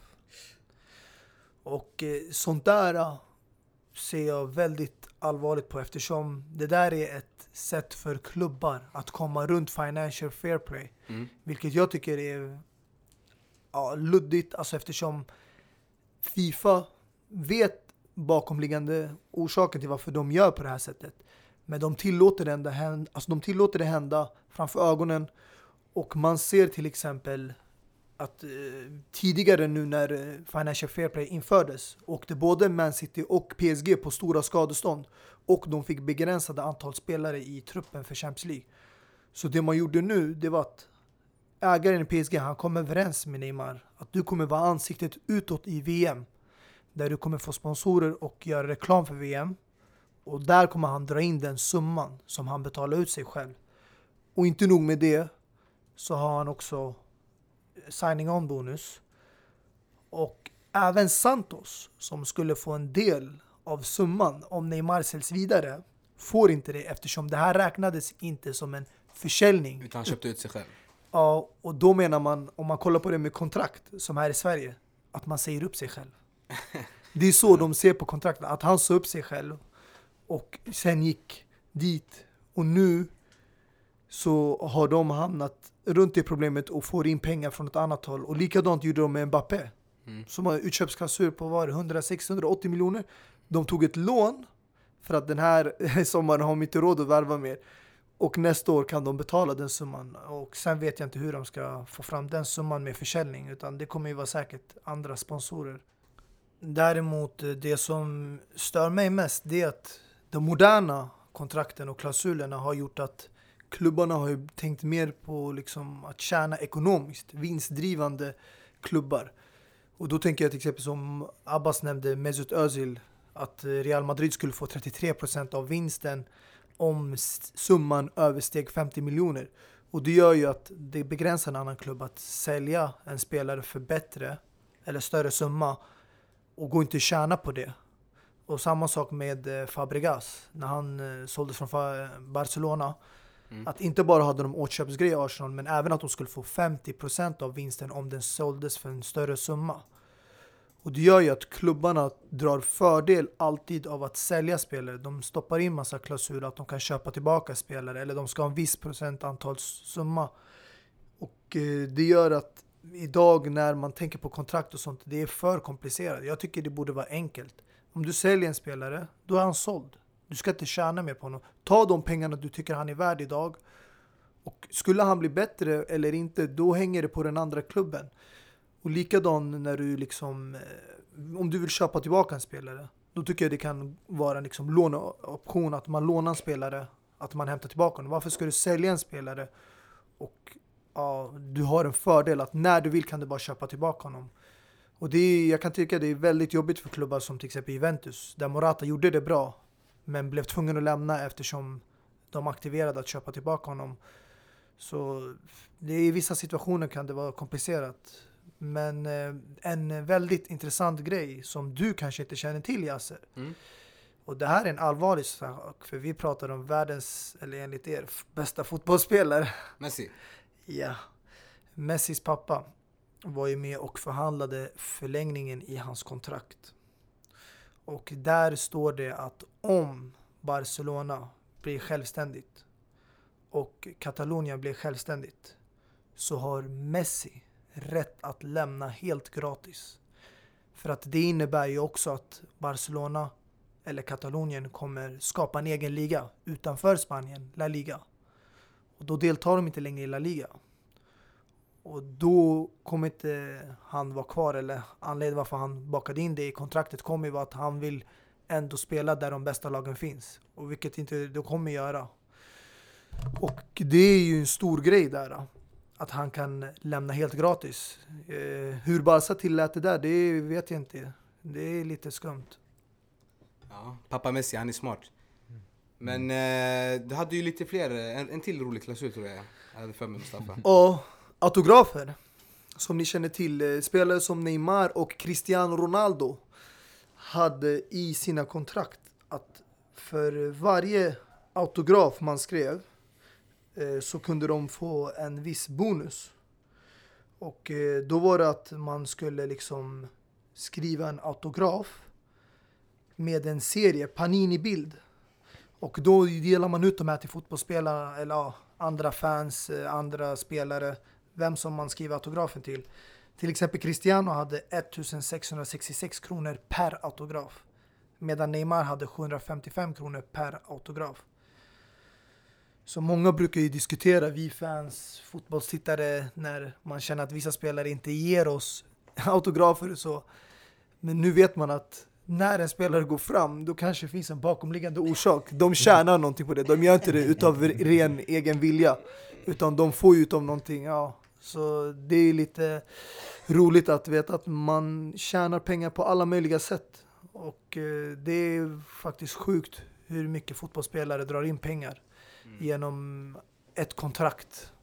Och eh, sånt där eh, ser jag väldigt allvarligt på, eftersom det där är ett sätt för klubbar att komma runt financial fair play. Mm. Vilket jag tycker är ja, luddigt, alltså eftersom FIFA vet bakomliggande orsaken till varför de gör på det här sättet. Men de tillåter det, hända, alltså de tillåter det hända framför ögonen. Och man ser till exempel att eh, tidigare nu när eh, Financial Fair Play infördes åkte både Man City och P S G på stora skadestånd. Och de fick begränsade antal spelare i truppen för Champions League. Så det man gjorde nu, det var att ägaren i P S G, han kom överens med Neymar att du kommer vara ansiktet utåt i V M. Där du kommer få sponsorer och göra reklam för V M. Och där kommer han dra in den summan som han betalar ut sig själv. Och inte nog med det, så har han också signing on bonus. Och även Santos, som skulle få en del av summan om Neymar säljs vidare, får inte det, eftersom det här räknades inte som en försäljning. Utan han köpte ut sig själv. Ja, och då menar man, om man kollar på det med kontrakt, som här i Sverige, att man säger upp sig själv. Det är så de ser på kontrakten, att han sa upp sig själv och sen gick dit. Och nu så har de hamnat runt det problemet och får in pengar från ett annat håll. Och likadant gjorde de med Mbappé. Mm. Som har utköpsklausul på var hundrasex till hundraåttio miljoner. De tog ett lån för att den här sommaren har de inte råd att värva mer. Och nästa år kan de betala den summan. Och sen vet jag inte hur de ska få fram den summan med försäljning. Utan det kommer ju vara säkert andra sponsorer. Däremot det som stör mig mest, det är att de moderna kontrakten och klausulerna har gjort att klubbarna har ju tänkt mer på liksom att tjäna ekonomiskt, vinstdrivande klubbar. Och då tänker jag till exempel som Abbas nämnde, Mesut Özil, att Real Madrid skulle få trettiotre procent av vinsten om summan översteg femtio miljoner. Och det gör ju att det begränsar en annan klubb att sälja en spelare för bättre eller större summa och går inte att tjäna på det. Och samma sak med Fabregas när han eh, såldes från Barcelona. Mm. Att inte bara hade de åtköpsgrejer i Arsenal, men även att de skulle få femtio procent av vinsten om den såldes för en större summa. Och det gör ju att klubbarna drar fördel alltid av att sälja spelare. De stoppar in massa klausuler att de kan köpa tillbaka spelare eller de ska ha en viss procentantal summa. Och eh, det gör att idag när man tänker på kontrakt och sånt, det är för komplicerat. Jag tycker det borde vara enkelt. Om du säljer en spelare, då är han såld. Du ska inte tjäna mer på honom. Ta de pengarna du tycker han är värd idag. Och skulle han bli bättre eller inte, då hänger det på den andra klubben. Och likadant när du liksom, om du vill köpa tillbaka en spelare, då tycker jag det kan vara en liksom låneoption att man lånar en spelare, att man hämtar tillbaka honom. Varför ska du sälja en spelare och ja, du har en fördel att när du vill kan du bara köpa tillbaka honom. Och det är, jag kan tycka det är väldigt jobbigt för klubbar som till exempel Juventus, där Morata gjorde det bra men blev tvungen att lämna eftersom de aktiverade att köpa tillbaka honom. Så det, i vissa situationer kan det vara komplicerat. Men eh, en väldigt intressant grej som du kanske inte känner till, Yasser. Mm. Och det här är en allvarlig sak, för vi pratar om världens, eller enligt er, bästa fotbollsspelare. Messi. Ja. Messis pappa var ju med och förhandlade förlängningen i hans kontrakt. Och där står det att om Barcelona blir självständigt och Katalonien blir självständigt, så har Messi rätt att lämna helt gratis. För att det innebär ju också att Barcelona eller Katalonien kommer skapa en egen liga utanför Spanien, La Liga. Och då deltar de inte längre i La Liga. Och då kommer inte han vara kvar, eller anledningen varför han bakade in det i kontraktet kommer ju vara att han vill ändå spela där de bästa lagen finns. Och vilket inte de kommer göra. Och det är ju en stor grej där. Att han kan lämna helt gratis. Eh, hur Barca tillät det där, det vet jag inte. Det är lite skumt. Ja, pappa Messi, han är smart. Men eh, du hade ju lite fler, en, en till rolig klausul tror jag. Jag hade för mig Mustafa. Och autografer, som ni känner till, spelare som Neymar och Cristiano Ronaldo hade i sina kontrakt att för varje autograf man skrev eh, så kunde de få en viss bonus. Och eh, då var det att man skulle liksom skriva en autograf med en serie Panini-bild. Och då delar man ut de här till fotbollsspelare eller ja, andra fans, andra spelare, vem som man skriver autografen till. Till exempel Cristiano hade sextonhundrasextiosex kronor per autograf. Medan Neymar hade sjuhundrafemtiofem kronor per autograf. Så många brukar ju diskutera, vi fans, fotbollstittare, när man känner att vissa spelare inte ger oss autografer och så. Men nu vet man att när en spelare går fram, då kanske det finns en bakomliggande orsak. De tjänar någonting på det. De gör inte det utav ren egen vilja. Utan de får ut av någonting. Ja. Så det är lite roligt att veta att man tjänar pengar på alla möjliga sätt. Och eh, det är faktiskt sjukt hur mycket fotbollsspelare drar in pengar mm. genom ett kontrakt.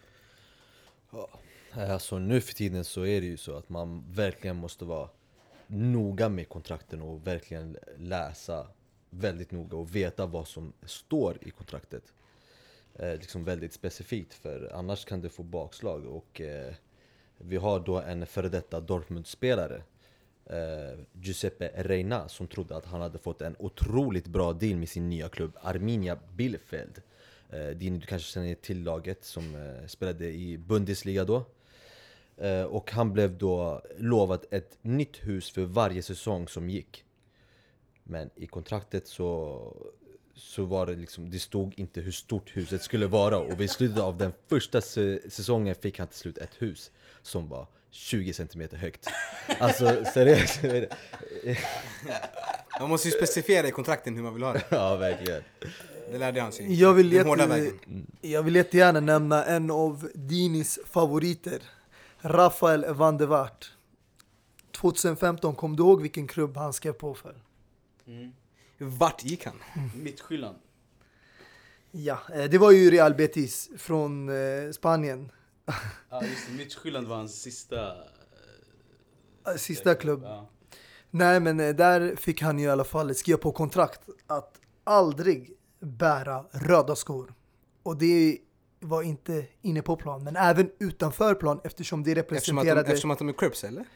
Ja, alltså nu för tiden så är det ju så att man verkligen måste vara noga med kontrakten och verkligen läsa väldigt noga och veta vad som står i kontraktet. Eh, liksom väldigt specifikt, för annars kan det få bakslag. Och eh, vi har då en före detta Dortmund-spelare, eh, Giuseppe Reina, som trodde att han hade fått en otroligt bra deal med sin nya klubb Arminia Bielefeld. Eh, du kanske känner till laget som eh, spelade i Bundesliga då. Uh, och han blev då lovad ett nytt hus för varje säsong som gick. Men i kontraktet så så var det liksom, det stod inte hur stort huset skulle vara. Och vid slutet av den första säsongen fick han till slut ett hus som var tjugo centimeter högt. Alltså seriöst. Man måste ju specificera i kontrakten hur man vill ha det. Ja, verkligen. Det lärde han sig. Jag vill, Den hårda jätte, vägen. jag vill jättegärna nämna en av Dinis favoriter, Rafael van der Vaart. tjugohundrafemton, kom du ihåg vilken klubb han skrev på för? Mm. Vart gick han? Mittskyllan. Ja, eh, det var ju Real Betis från eh, Spanien. Ja, just det. Mittskyllan var hans sista... Eh, Sista klubb. Ja. Nej, men eh, där fick han ju i alla fall skriva på kontrakt att aldrig bära röda skor. Och det var inte inne på plan, men även utanför plan eftersom det Eftersom att, representerade... de, eftersom att de är Crips, eller?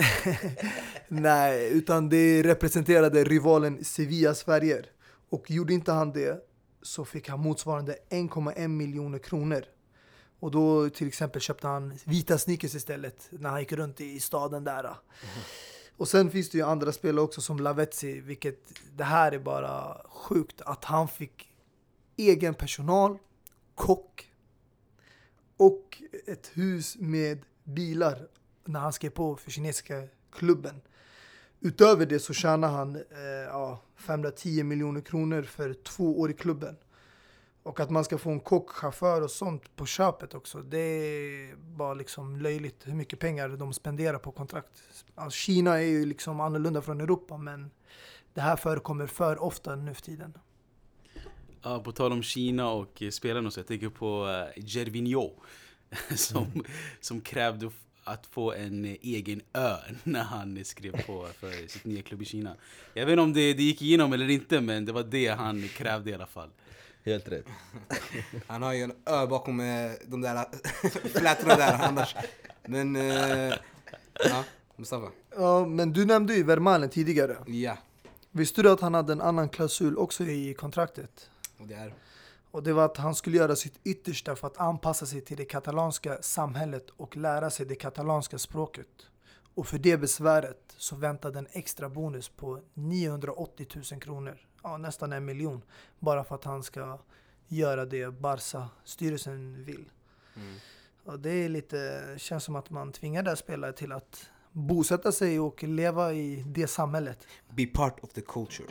Nej, utan det representerade rivalen Sevillas färger. Och gjorde inte han det så fick han motsvarande en komma en miljoner kronor. Och då till exempel köpte han vita sneakers istället när han gick runt i staden där. Mm. Och sen finns det ju andra spelare också som Lavezzi, vilket det här är bara sjukt att han fick egen personal, kock och ett hus med bilar när han skrev på för kinesiska klubben. Utöver det så tjänar han eh, ja, femhundratio miljoner kronor för två år i klubben. Och att man ska få en kock, chaufför och sånt på köpet också. Det är bara liksom löjligt hur mycket pengar de spenderar på kontrakt. Alltså Kina är ju liksom annorlunda från Europa, men det här förekommer för ofta nu för tiden. Ja, på tal om Kina och spelarna så jag tänker på uh, Gervinho som, mm. som krävde att få en egen ö när han skrev på för sitt nya klubb i Kina. Jag vet inte om det, det gick igenom eller inte, men det var det han krävde i alla fall. Helt rätt. Han har ju en ö bakom eh, de där flätorna där annars. Men, eh, ja, Mustafa. Ja, men du nämnde ju Vermaelen tidigare. Ja. Visste du att han hade en annan klausul också i kontraktet? Och det är... Och det var att han skulle göra sitt yttersta för att anpassa sig till det katalanska samhället och lära sig det katalanska språket. Och för det besväret så väntade en extra bonus på niohundraåttio tusen kronor. Ja, nästan en miljon. Bara för att han ska göra det Barca-styrelsen vill. Mm. Och det är lite, känns som att man tvingar där spelare till att bosätta sig och leva i det samhället. Be part of the culture.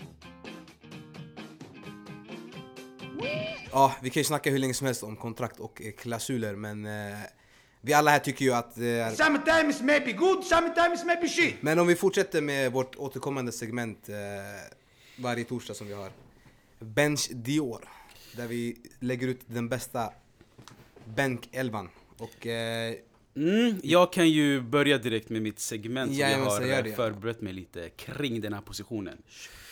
Ja, vi kan ju snacka hur länge som helst om kontrakt och eh, klausuler, men eh, vi alla här tycker ju att... Eh, Sometimes maybe good, sometimes maybe shit. Men om vi fortsätter med vårt återkommande segment eh, varje torsdag som vi har. Bench Dior. Där vi lägger ut den bästa bänkelvan. Och... Eh, Mm, jag kan ju börja direkt med mitt segment som ja, jag har det, förberett mig lite kring den här positionen.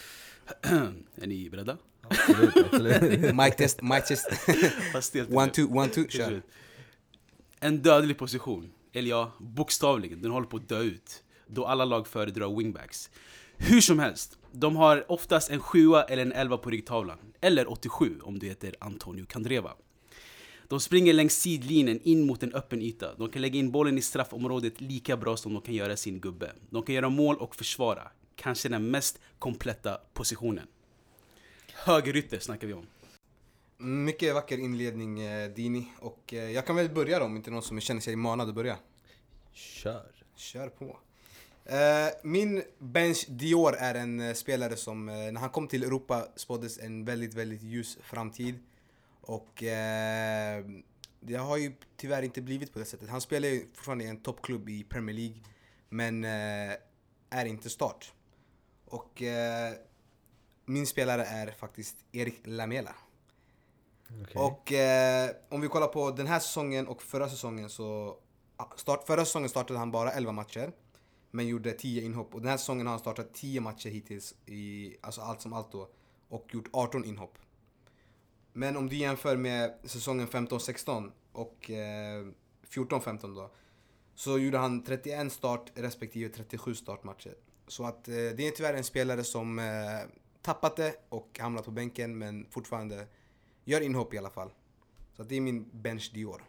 Är ni beredda? Absolut, absolut. Mic test, mic test. One, two, one, two, kör. En dödlig position, eller ja, bokstavligen, den håller på att dö ut. Då alla lag föredrar wingbacks. Hur som helst, de har oftast en sjua eller en elva på ryggtavlan. Eller åttiosju om du heter Antonio Candreva. De springer längs sidlinjen in mot en öppen yta. De kan lägga in bollen i straffområdet lika bra som de kan göra sin gubbe. De kan göra mål och försvara. Kanske den mest kompletta positionen. Högerytter snackar vi om. Mycket vacker inledning, eh, Dini. Och eh, jag kan väl börja då, om inte någon som känner sig manad att börja. Kör. Kör på. Eh, min Bench Dior är en eh, spelare som, eh, när han kom till Europa, spåddes en väldigt, väldigt ljus framtid. Och eh, det har ju tyvärr inte blivit på det sättet. Han spelar ju fortfarande i en toppklubb i Premier League, men eh, är inte start. Och eh, min spelare är faktiskt Erik Lamela. Okay. Och eh, om vi kollar på den här säsongen och förra säsongen så start, förra säsongen startade han bara elva matcher, men gjorde tio inhopp. Och den här säsongen har han startat tio matcher hittills, i, alltså allt som allt då, och gjort arton inhopp. Men om du jämför med säsongen femton sexton och eh, fjorton femton då, så gjorde han trettioen start respektive trettiosju startmatcher. Så att eh, det är tyvärr en spelare som eh, tappat det och hamnat på bänken, men fortfarande gör inhopp i alla fall. Så att det är min Bench Dior.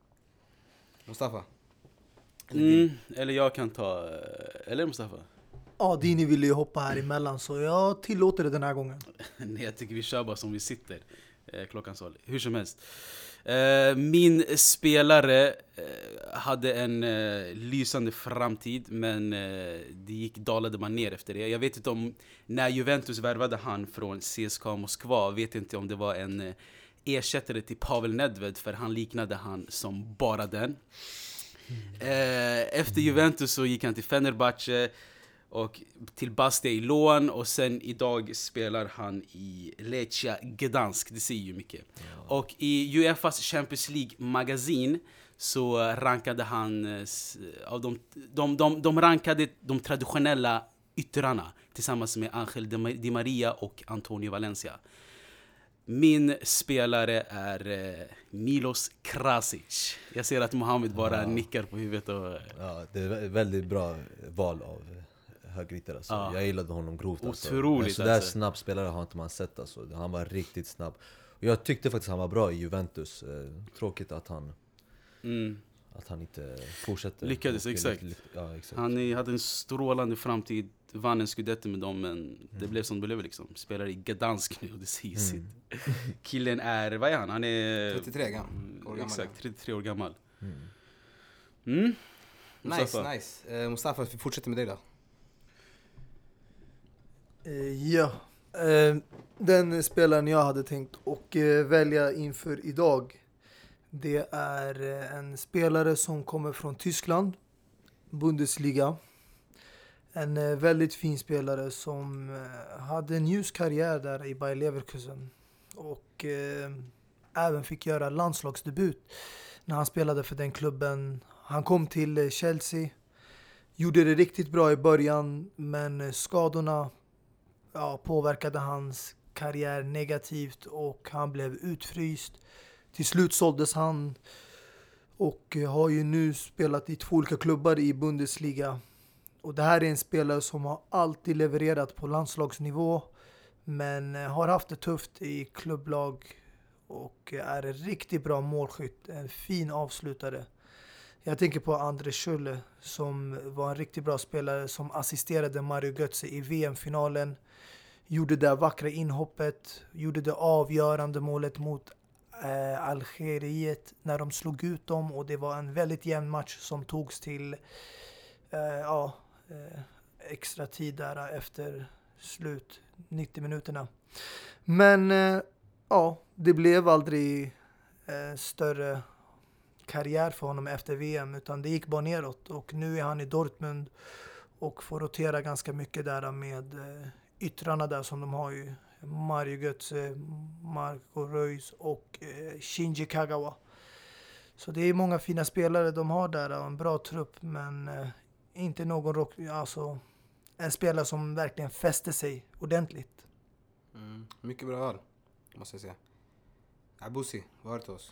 Mustafa? Eller, mm, eller jag kan ta... Eller Mustafa? Ja, Dini ville ju hoppa här emellan så jag tillåter det den här gången. Nej, jag tycker vi kör bara som vi sitter. Eh, klockans håll. Hur som helst. Eh, min spelare eh, hade en eh, lysande framtid, men eh, det gick, dalade man ner efter det. Jag vet inte om, när Juventus värvade han från C S K A Moskva, vet inte om det var en eh, ersättare till Pavel Nedved, för han liknade han som bara den. Eh, efter Juventus så gick han till Fenerbahce och till Bastia i lån, och sen idag spelar han i Lechia Gdansk. Det säger ju mycket. Ja. Och i UEFAs Champions League-magasin så rankade han av de, de, de, de rankade de traditionella yttrarna tillsammans med Angel Di Maria och Antonio Valencia. Min spelare är eh, Milos Krasic. Jag ser att Mohamed bara ja. nickar på huvudet. Och, ja, det är ett väldigt bra val av högryttare. Alltså. Ja. Jag gillade honom grovt. Otroligt. Alltså. Så där alltså. Snabb spelare har inte man sett. Alltså. Han var riktigt snabb. Och jag tyckte faktiskt han var bra i Juventus. Tråkigt att han, mm. att han inte fortsätter. Lyckades, exakt. Lite, ja, exakt. Han hade en strålande framtid. Vann en scudetto med dem, men mm. det blev som det blev liksom. Spelar i Gdansk nu och det säger mm. sitt. Killen är, vad är han? Han är trettiotre gammal. Mm, exakt, trettiotre år gammal. Mm. Mm. Nice, nice. Uh, Mustafa, vi fortsätter med dig då. Uh, ja, uh, den spelaren jag hade tänkt och uh, välja inför idag, det är uh, en spelare som kommer från Tyskland, Bundesliga. En uh, väldigt fin spelare som uh, hade en ljus karriär där i Bayer Leverkusen och uh, även fick göra landslagsdebut när han spelade för den klubben. Han kom till uh, Chelsea, gjorde det riktigt bra i början, men uh, skadorna ja, påverkade hans karriär negativt och han blev utfryst. Till slut såldes han och uh, har ju nu spelat i två olika klubbar i Bundesliga. Och det här är en spelare som har alltid levererat på landslagsnivå, men har haft det tufft i klubblag och är en riktigt bra målskytt, en fin avslutare. Jag tänker på André Schürrle som var en riktigt bra spelare som assisterade Mario Götze i V M-finalen. Gjorde det vackra inhoppet, gjorde det avgörande målet mot eh, Algeriet när de slog ut dem, och det var en väldigt jämn match som togs till eh, ja, eh, extra tid där efter slut, nittio minuterna. Men eh, ja, det blev aldrig eh, större karriär för honom efter V M, utan det gick bara neråt, och nu är han i Dortmund och får rotera ganska mycket där med eh, yttrarna där som de har ju Mario Götze, Marco Reus och eh, Shinji Kagawa. Så det är många fina spelare de har där och en bra trupp, men eh, inte någon rock, alltså en spelare som verkligen fäster sig ordentligt. Mm, mycket bra val, måste jag säga. Abusi, vad har du till oss?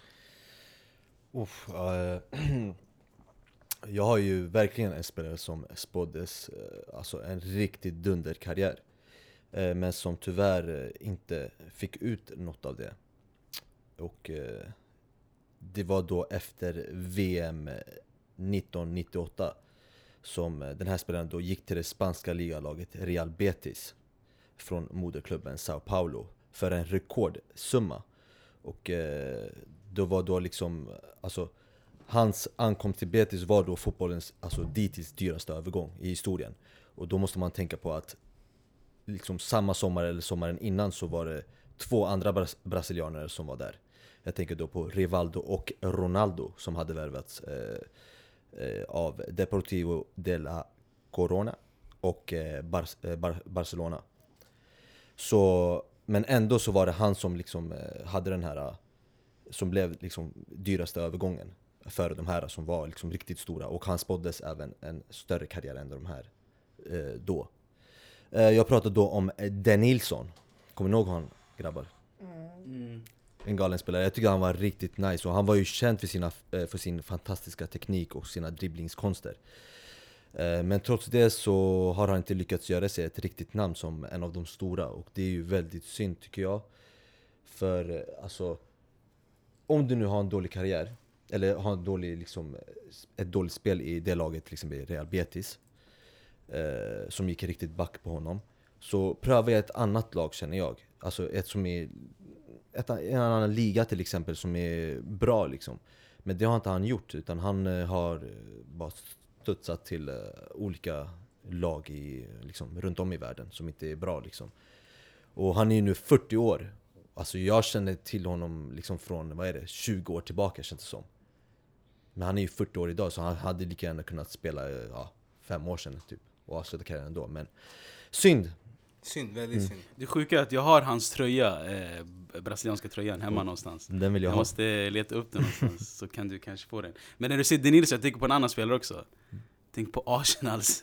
Uff, uh, jag har ju verkligen en spelare som spåddes uh, alltså en riktigt dunderkarriär, uh, men som tyvärr uh, inte fick ut något av det. Och uh, det var då efter V M nittonhundranittioåtta som uh, den här spelaren då gick till det spanska ligalaget Real Betis från moderklubben Sao Paulo för en rekordsumma. Och uh, då var då liksom, alltså hans ankomst till Betis var då fotbollens, alltså dittills dyraste övergång i historien. Och då måste man tänka på att liksom samma sommar eller sommaren innan så var det två andra bras- brasilianer som var där. Jag tänker då på Rivaldo och Ronaldo som hade värvats eh, eh, av Deportivo de la Corona och eh, Bar- eh, Bar- Barcelona. Så, men ändå så var det han som liksom eh, hade den här, som blev liksom dyraste övergången för de här som var liksom riktigt stora, och han spåddes även en större karriär än de här eh, då. Eh, jag pratade då om Den Nilsson. Kommer ni ihåg han, grabbar? Mm. En galen spelare. Jag tycker han var riktigt nice, och han var ju känd för, sina, eh, för sin fantastiska teknik och sina dribblingskonster. Eh, men trots det så har han inte lyckats göra sig ett riktigt namn som en av de stora, och det är ju väldigt synd tycker jag. För eh, alltså, om du nu har en dålig karriär eller har en dålig, liksom, ett dåligt spel i det laget, liksom i Real Betis, eh, som gick riktigt back på honom. Så prövar jag ett annat lag, känner jag. Alltså ett som är ett, en annan liga till exempel som är bra liksom. Men det har inte han gjort, utan han eh, har bara studsat till eh, olika lag i, liksom, runt om i världen som inte är bra liksom. Och han är ju nu fyrtio år. Alltså jag känner till honom liksom från, vad är det, tjugo år tillbaka känns det som. Men han är ju fyrtio år idag, så han hade lika gärna kunnat spela ja, fem år sedan typ. Och avsluta karriären då, men synd. Synd, väldigt Mm. synd. Det sjuka är att jag har hans tröja, eh, brasilianska tröjan hemma mm. någonstans. Den vill jag, Jag ha. måste leta upp den någonstans, så kan du kanske få den. Men när du ser Denilson, jag tänker på en annan spelare också. Tänk på Arsenals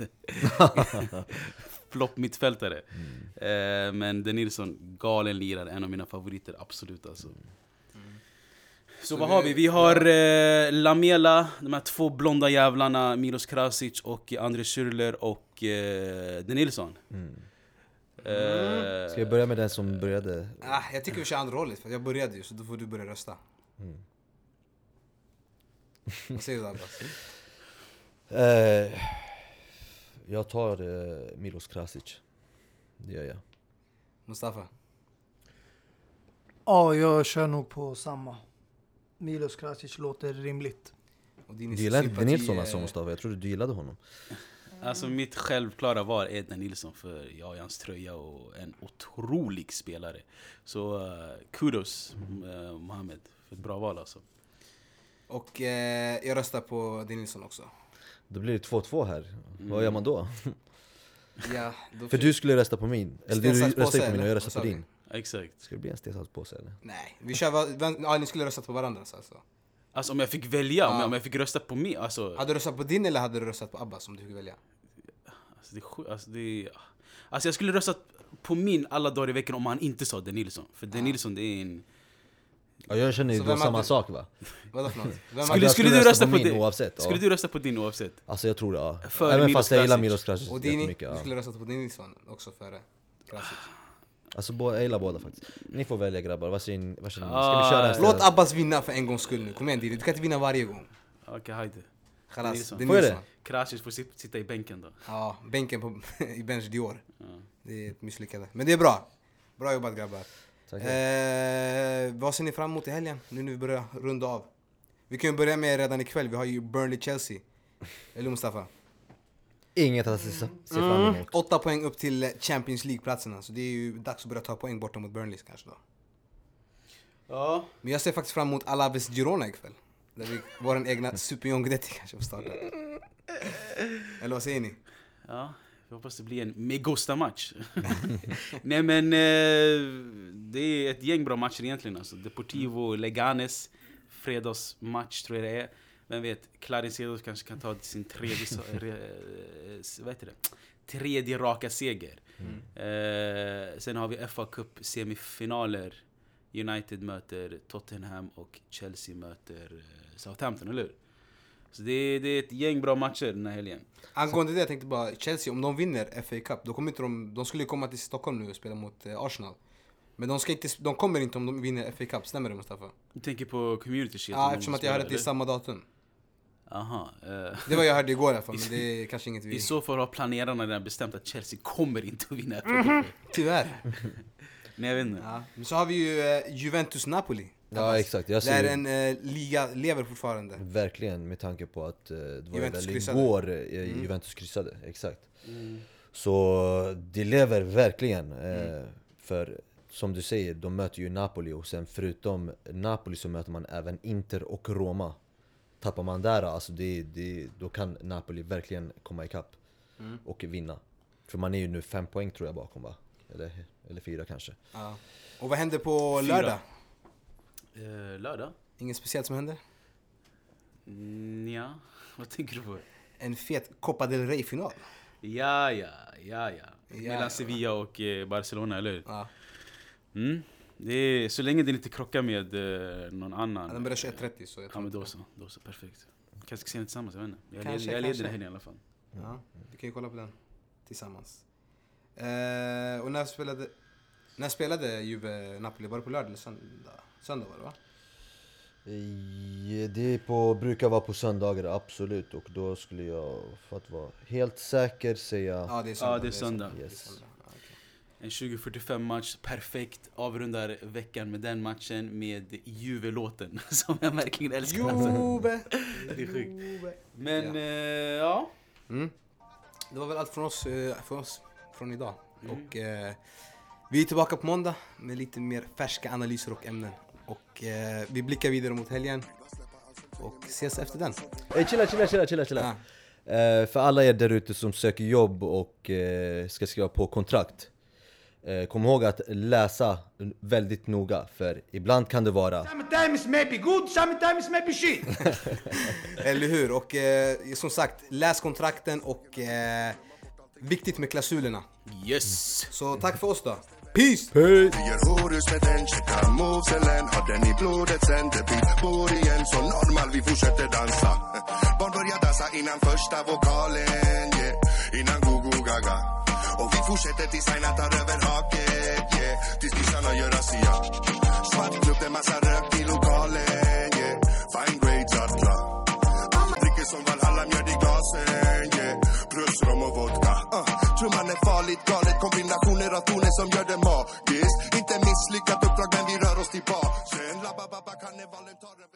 flopp mittfältare. Mm. Eh, men Denilson, galen lirare, en av mina favoriter, absolut alltså. Mm. Så, så vad vi, har vi? Vi har eh, Lamela, de här två blonda jävlarna, Milos Krasic och André Schürrle och eh, Denilson. Mm. Mm. Ska jag börja med den som började? Ah, jag tycker vi kör andra rollet, för jag började ju, så då får du börja rösta. Mm. Vad säger du, Abbas? Uh, jag tar uh, Milos Krasic. Det gör jag. Mustafa? Ja, jag kör nog på samma. Milos Krasic låter rimligt. Och du gillade inte Denilson alltså, Mustafa? Jag trodde du gillade honom. Alltså mitt självklara var Ed Nilsson, för jag är hans tröja och en otrolig spelare. Så uh, kudos uh, Mohamed för ett bra val alltså. Och eh, jag röstar på Denilson också. Då blir det två två här. Mm. Vad gör man då? Ja, då för du skulle rösta på min. Eller du röstar på min och jag röstar på din. Exakt. Ska det bli en stensalspåse eller? Nej, vi kör, ja, ni skulle rösta på varandra alltså. Alltså om jag fick välja, ja. om, jag, om jag fick rösta på mig alltså... Hade du röstat på din eller hade du röstat på Abbas om du fick välja? Alltså, det, alltså, det, alltså jag skulle rösta på min alla dagar i veckan om han inte sa Denilson. För Denilson ja. det är en... Ja, jag känner ju då samma du... sak va? Vadå för något? Vem skulle, skulle du rösta på, på din oavsett? Skulle ja. du rösta på din oavsett? Alltså jag tror det, ja. För även Milos fast jag gillar Milos Krasic och din, mycket. Du ja. skulle rösta på Denilson också före Krasic. Alltså jag gillar båda faktiskt. Ni får välja grabbar, vad säger ni? Ska ah, vi köra? Låt Abbas vinna för en gångs skull nu. Kom igen Didi, du kan inte vinna varje gång. Okej, okay, hajde. Khalas, Denilson. Får jag det? Krasic får sitta i bänken då. Ja, bänken på, i Bench Dior. Ja. Det är ett misslyckande. Men det är bra. Bra jobbat grabbar. Eh, vad ser ni fram emot i helgen? Nu när vi börjar runda av. Vi kan ju börja med redan ikväll. Vi har ju Burnley-Chelsea. Eller Mustafa? Inget att se, se fram emot. Mm. Åtta poäng upp till Champions League-platserna. Så det är ju dags att börja ta poäng borta mot Burnley kanske då. Ja. Men jag ser faktiskt fram emot Alaves Girona ikväll. Där vi, vår egna Super Young Guidetti kanske får starta. Eller vad säger ni? Ja, jag hoppas det blir en Megosta-match. Nej men, eh, det är ett gäng bra matcher egentligen. Alltså. Deportivo, Leganes, fredagsmatch tror jag det är. Vem vet, Claricedo kanske kan ta sin tredje, re, vad heter det? tredje raka seger. Mm. Eh, sen har vi F A Cup semifinaler. United möter Tottenham och Chelsea möter Southampton, eller hur? Så det är, det är ett gäng bra matcher den här helgen. Angående det, jag tänkte bara, Chelsea, om de vinner F A Cup, då kommer inte de, de skulle komma till Stockholm nu och spela mot eh, Arsenal. Men de, ska inte, de kommer inte om de vinner F A Cup, stämmer det Mustafa? Du tänker på Community Shield? Ja, eftersom att jag hörde att det är samma datum. Aha, uh, det var jag hörde igår i alla fall, men det är kanske inget vi... I så fall har planerarna redan bestämt att Chelsea kommer inte att vinna F A Cup. Mm-hmm. Tyvärr. Nej, jag vet inte. Ja. Men så har vi ju uh, Juventus-Napoli. Ja, exakt. Jag ser där en uh, liga lever fortfarande. Verkligen, med tanke på att uh, det var Juventus väl kryssade. igår uh, mm. Juventus kryssade, exakt. Mm. Så det lever verkligen. Uh, mm. För som du säger, de möter ju Napoli och sen förutom Napoli så möter man även Inter och Roma. Tappar man där, alltså det, det, då kan Napoli verkligen komma ikapp mm. och vinna. För man är ju nu fem poäng tror jag bakom va? Eller, eller fyra kanske. Ja. Och vad händer på fyra. lördag? Uh, lördag? Inget speciellt som händer? Mm, ja, vad tänker du på? En fet Copa del Rey-final. Ja, ja, ja, ja. Mellan ja, Sevilla och eh, Barcelona, eller hur? Ja. Mm. Det är, så länge det inte krockar med eh, någon annan. Ja, den börjar tjugoett trettio så jag ja, men då så, då så, perfekt. Kanske ska se den tillsammans, jag vet inte. Jag, kanske, leder, jag leder kanske. den här i alla fall. Ja, vi kan ju kolla på den tillsammans. Eh, och när spelade när spelade Juve Napoli? Var det på lördag eller söndag? Söndag var det va? Eh, Det är på, brukar vara på söndagar, absolut. Och då skulle jag, för att vara helt säker, säga... Ja, det är söndag. Ja, det är söndag. Det är Yes. söndag. Ja, okej. En tjugo fyrtiofem match, perfekt. Avrundar veckan med den matchen med Juve-låten som jag verkligen älskar. Juve! Det är sjukt. Juve. Men Ja. eh, ja, Mm. Det var väl allt från oss, eh, från, oss från idag. Mm. Och eh, vi är tillbaka på måndag med lite mer färska analyser och ämnen. Och eh, vi blickar vidare mot helgen och ses efter den. Hey, chilla, chilla, chilla, chilla, chilla. Eh, för alla er där ute som söker jobb och eh, ska skriva på kontrakt, eh, kom ihåg att läsa väldigt noga, för ibland kan det vara... Sometimes maybe good, sometimes maybe shit. Eller hur? Och eh, som sagt, läs kontrakten och eh, viktigt med klausulerna. yes! Så tack för oss då. Peace! Peace! Vi gör horus med den, checkar moveselen. Har den i blodet sen det blir bor igen. Så normal, vi fortsätter dansa. Barn börjar dansa innan första vokalen, yeah. Innan go-go gaga. Och vi fortsätter tills Aina tar över haket, yeah. Tills kissarna gör Asia. Svart klubb, det massa rök i lokalen, yeah. Fine grades att klar. Dricker som Valhalla, mjöd i glasen, yeah. Plus rom och vodka, uh. Tror man är farligt galet, kombinationer av toner som gör det magiskt. Inte misslyckat uppdrag, men vi rör oss till basen. Labba-babba, karnevalen tar över.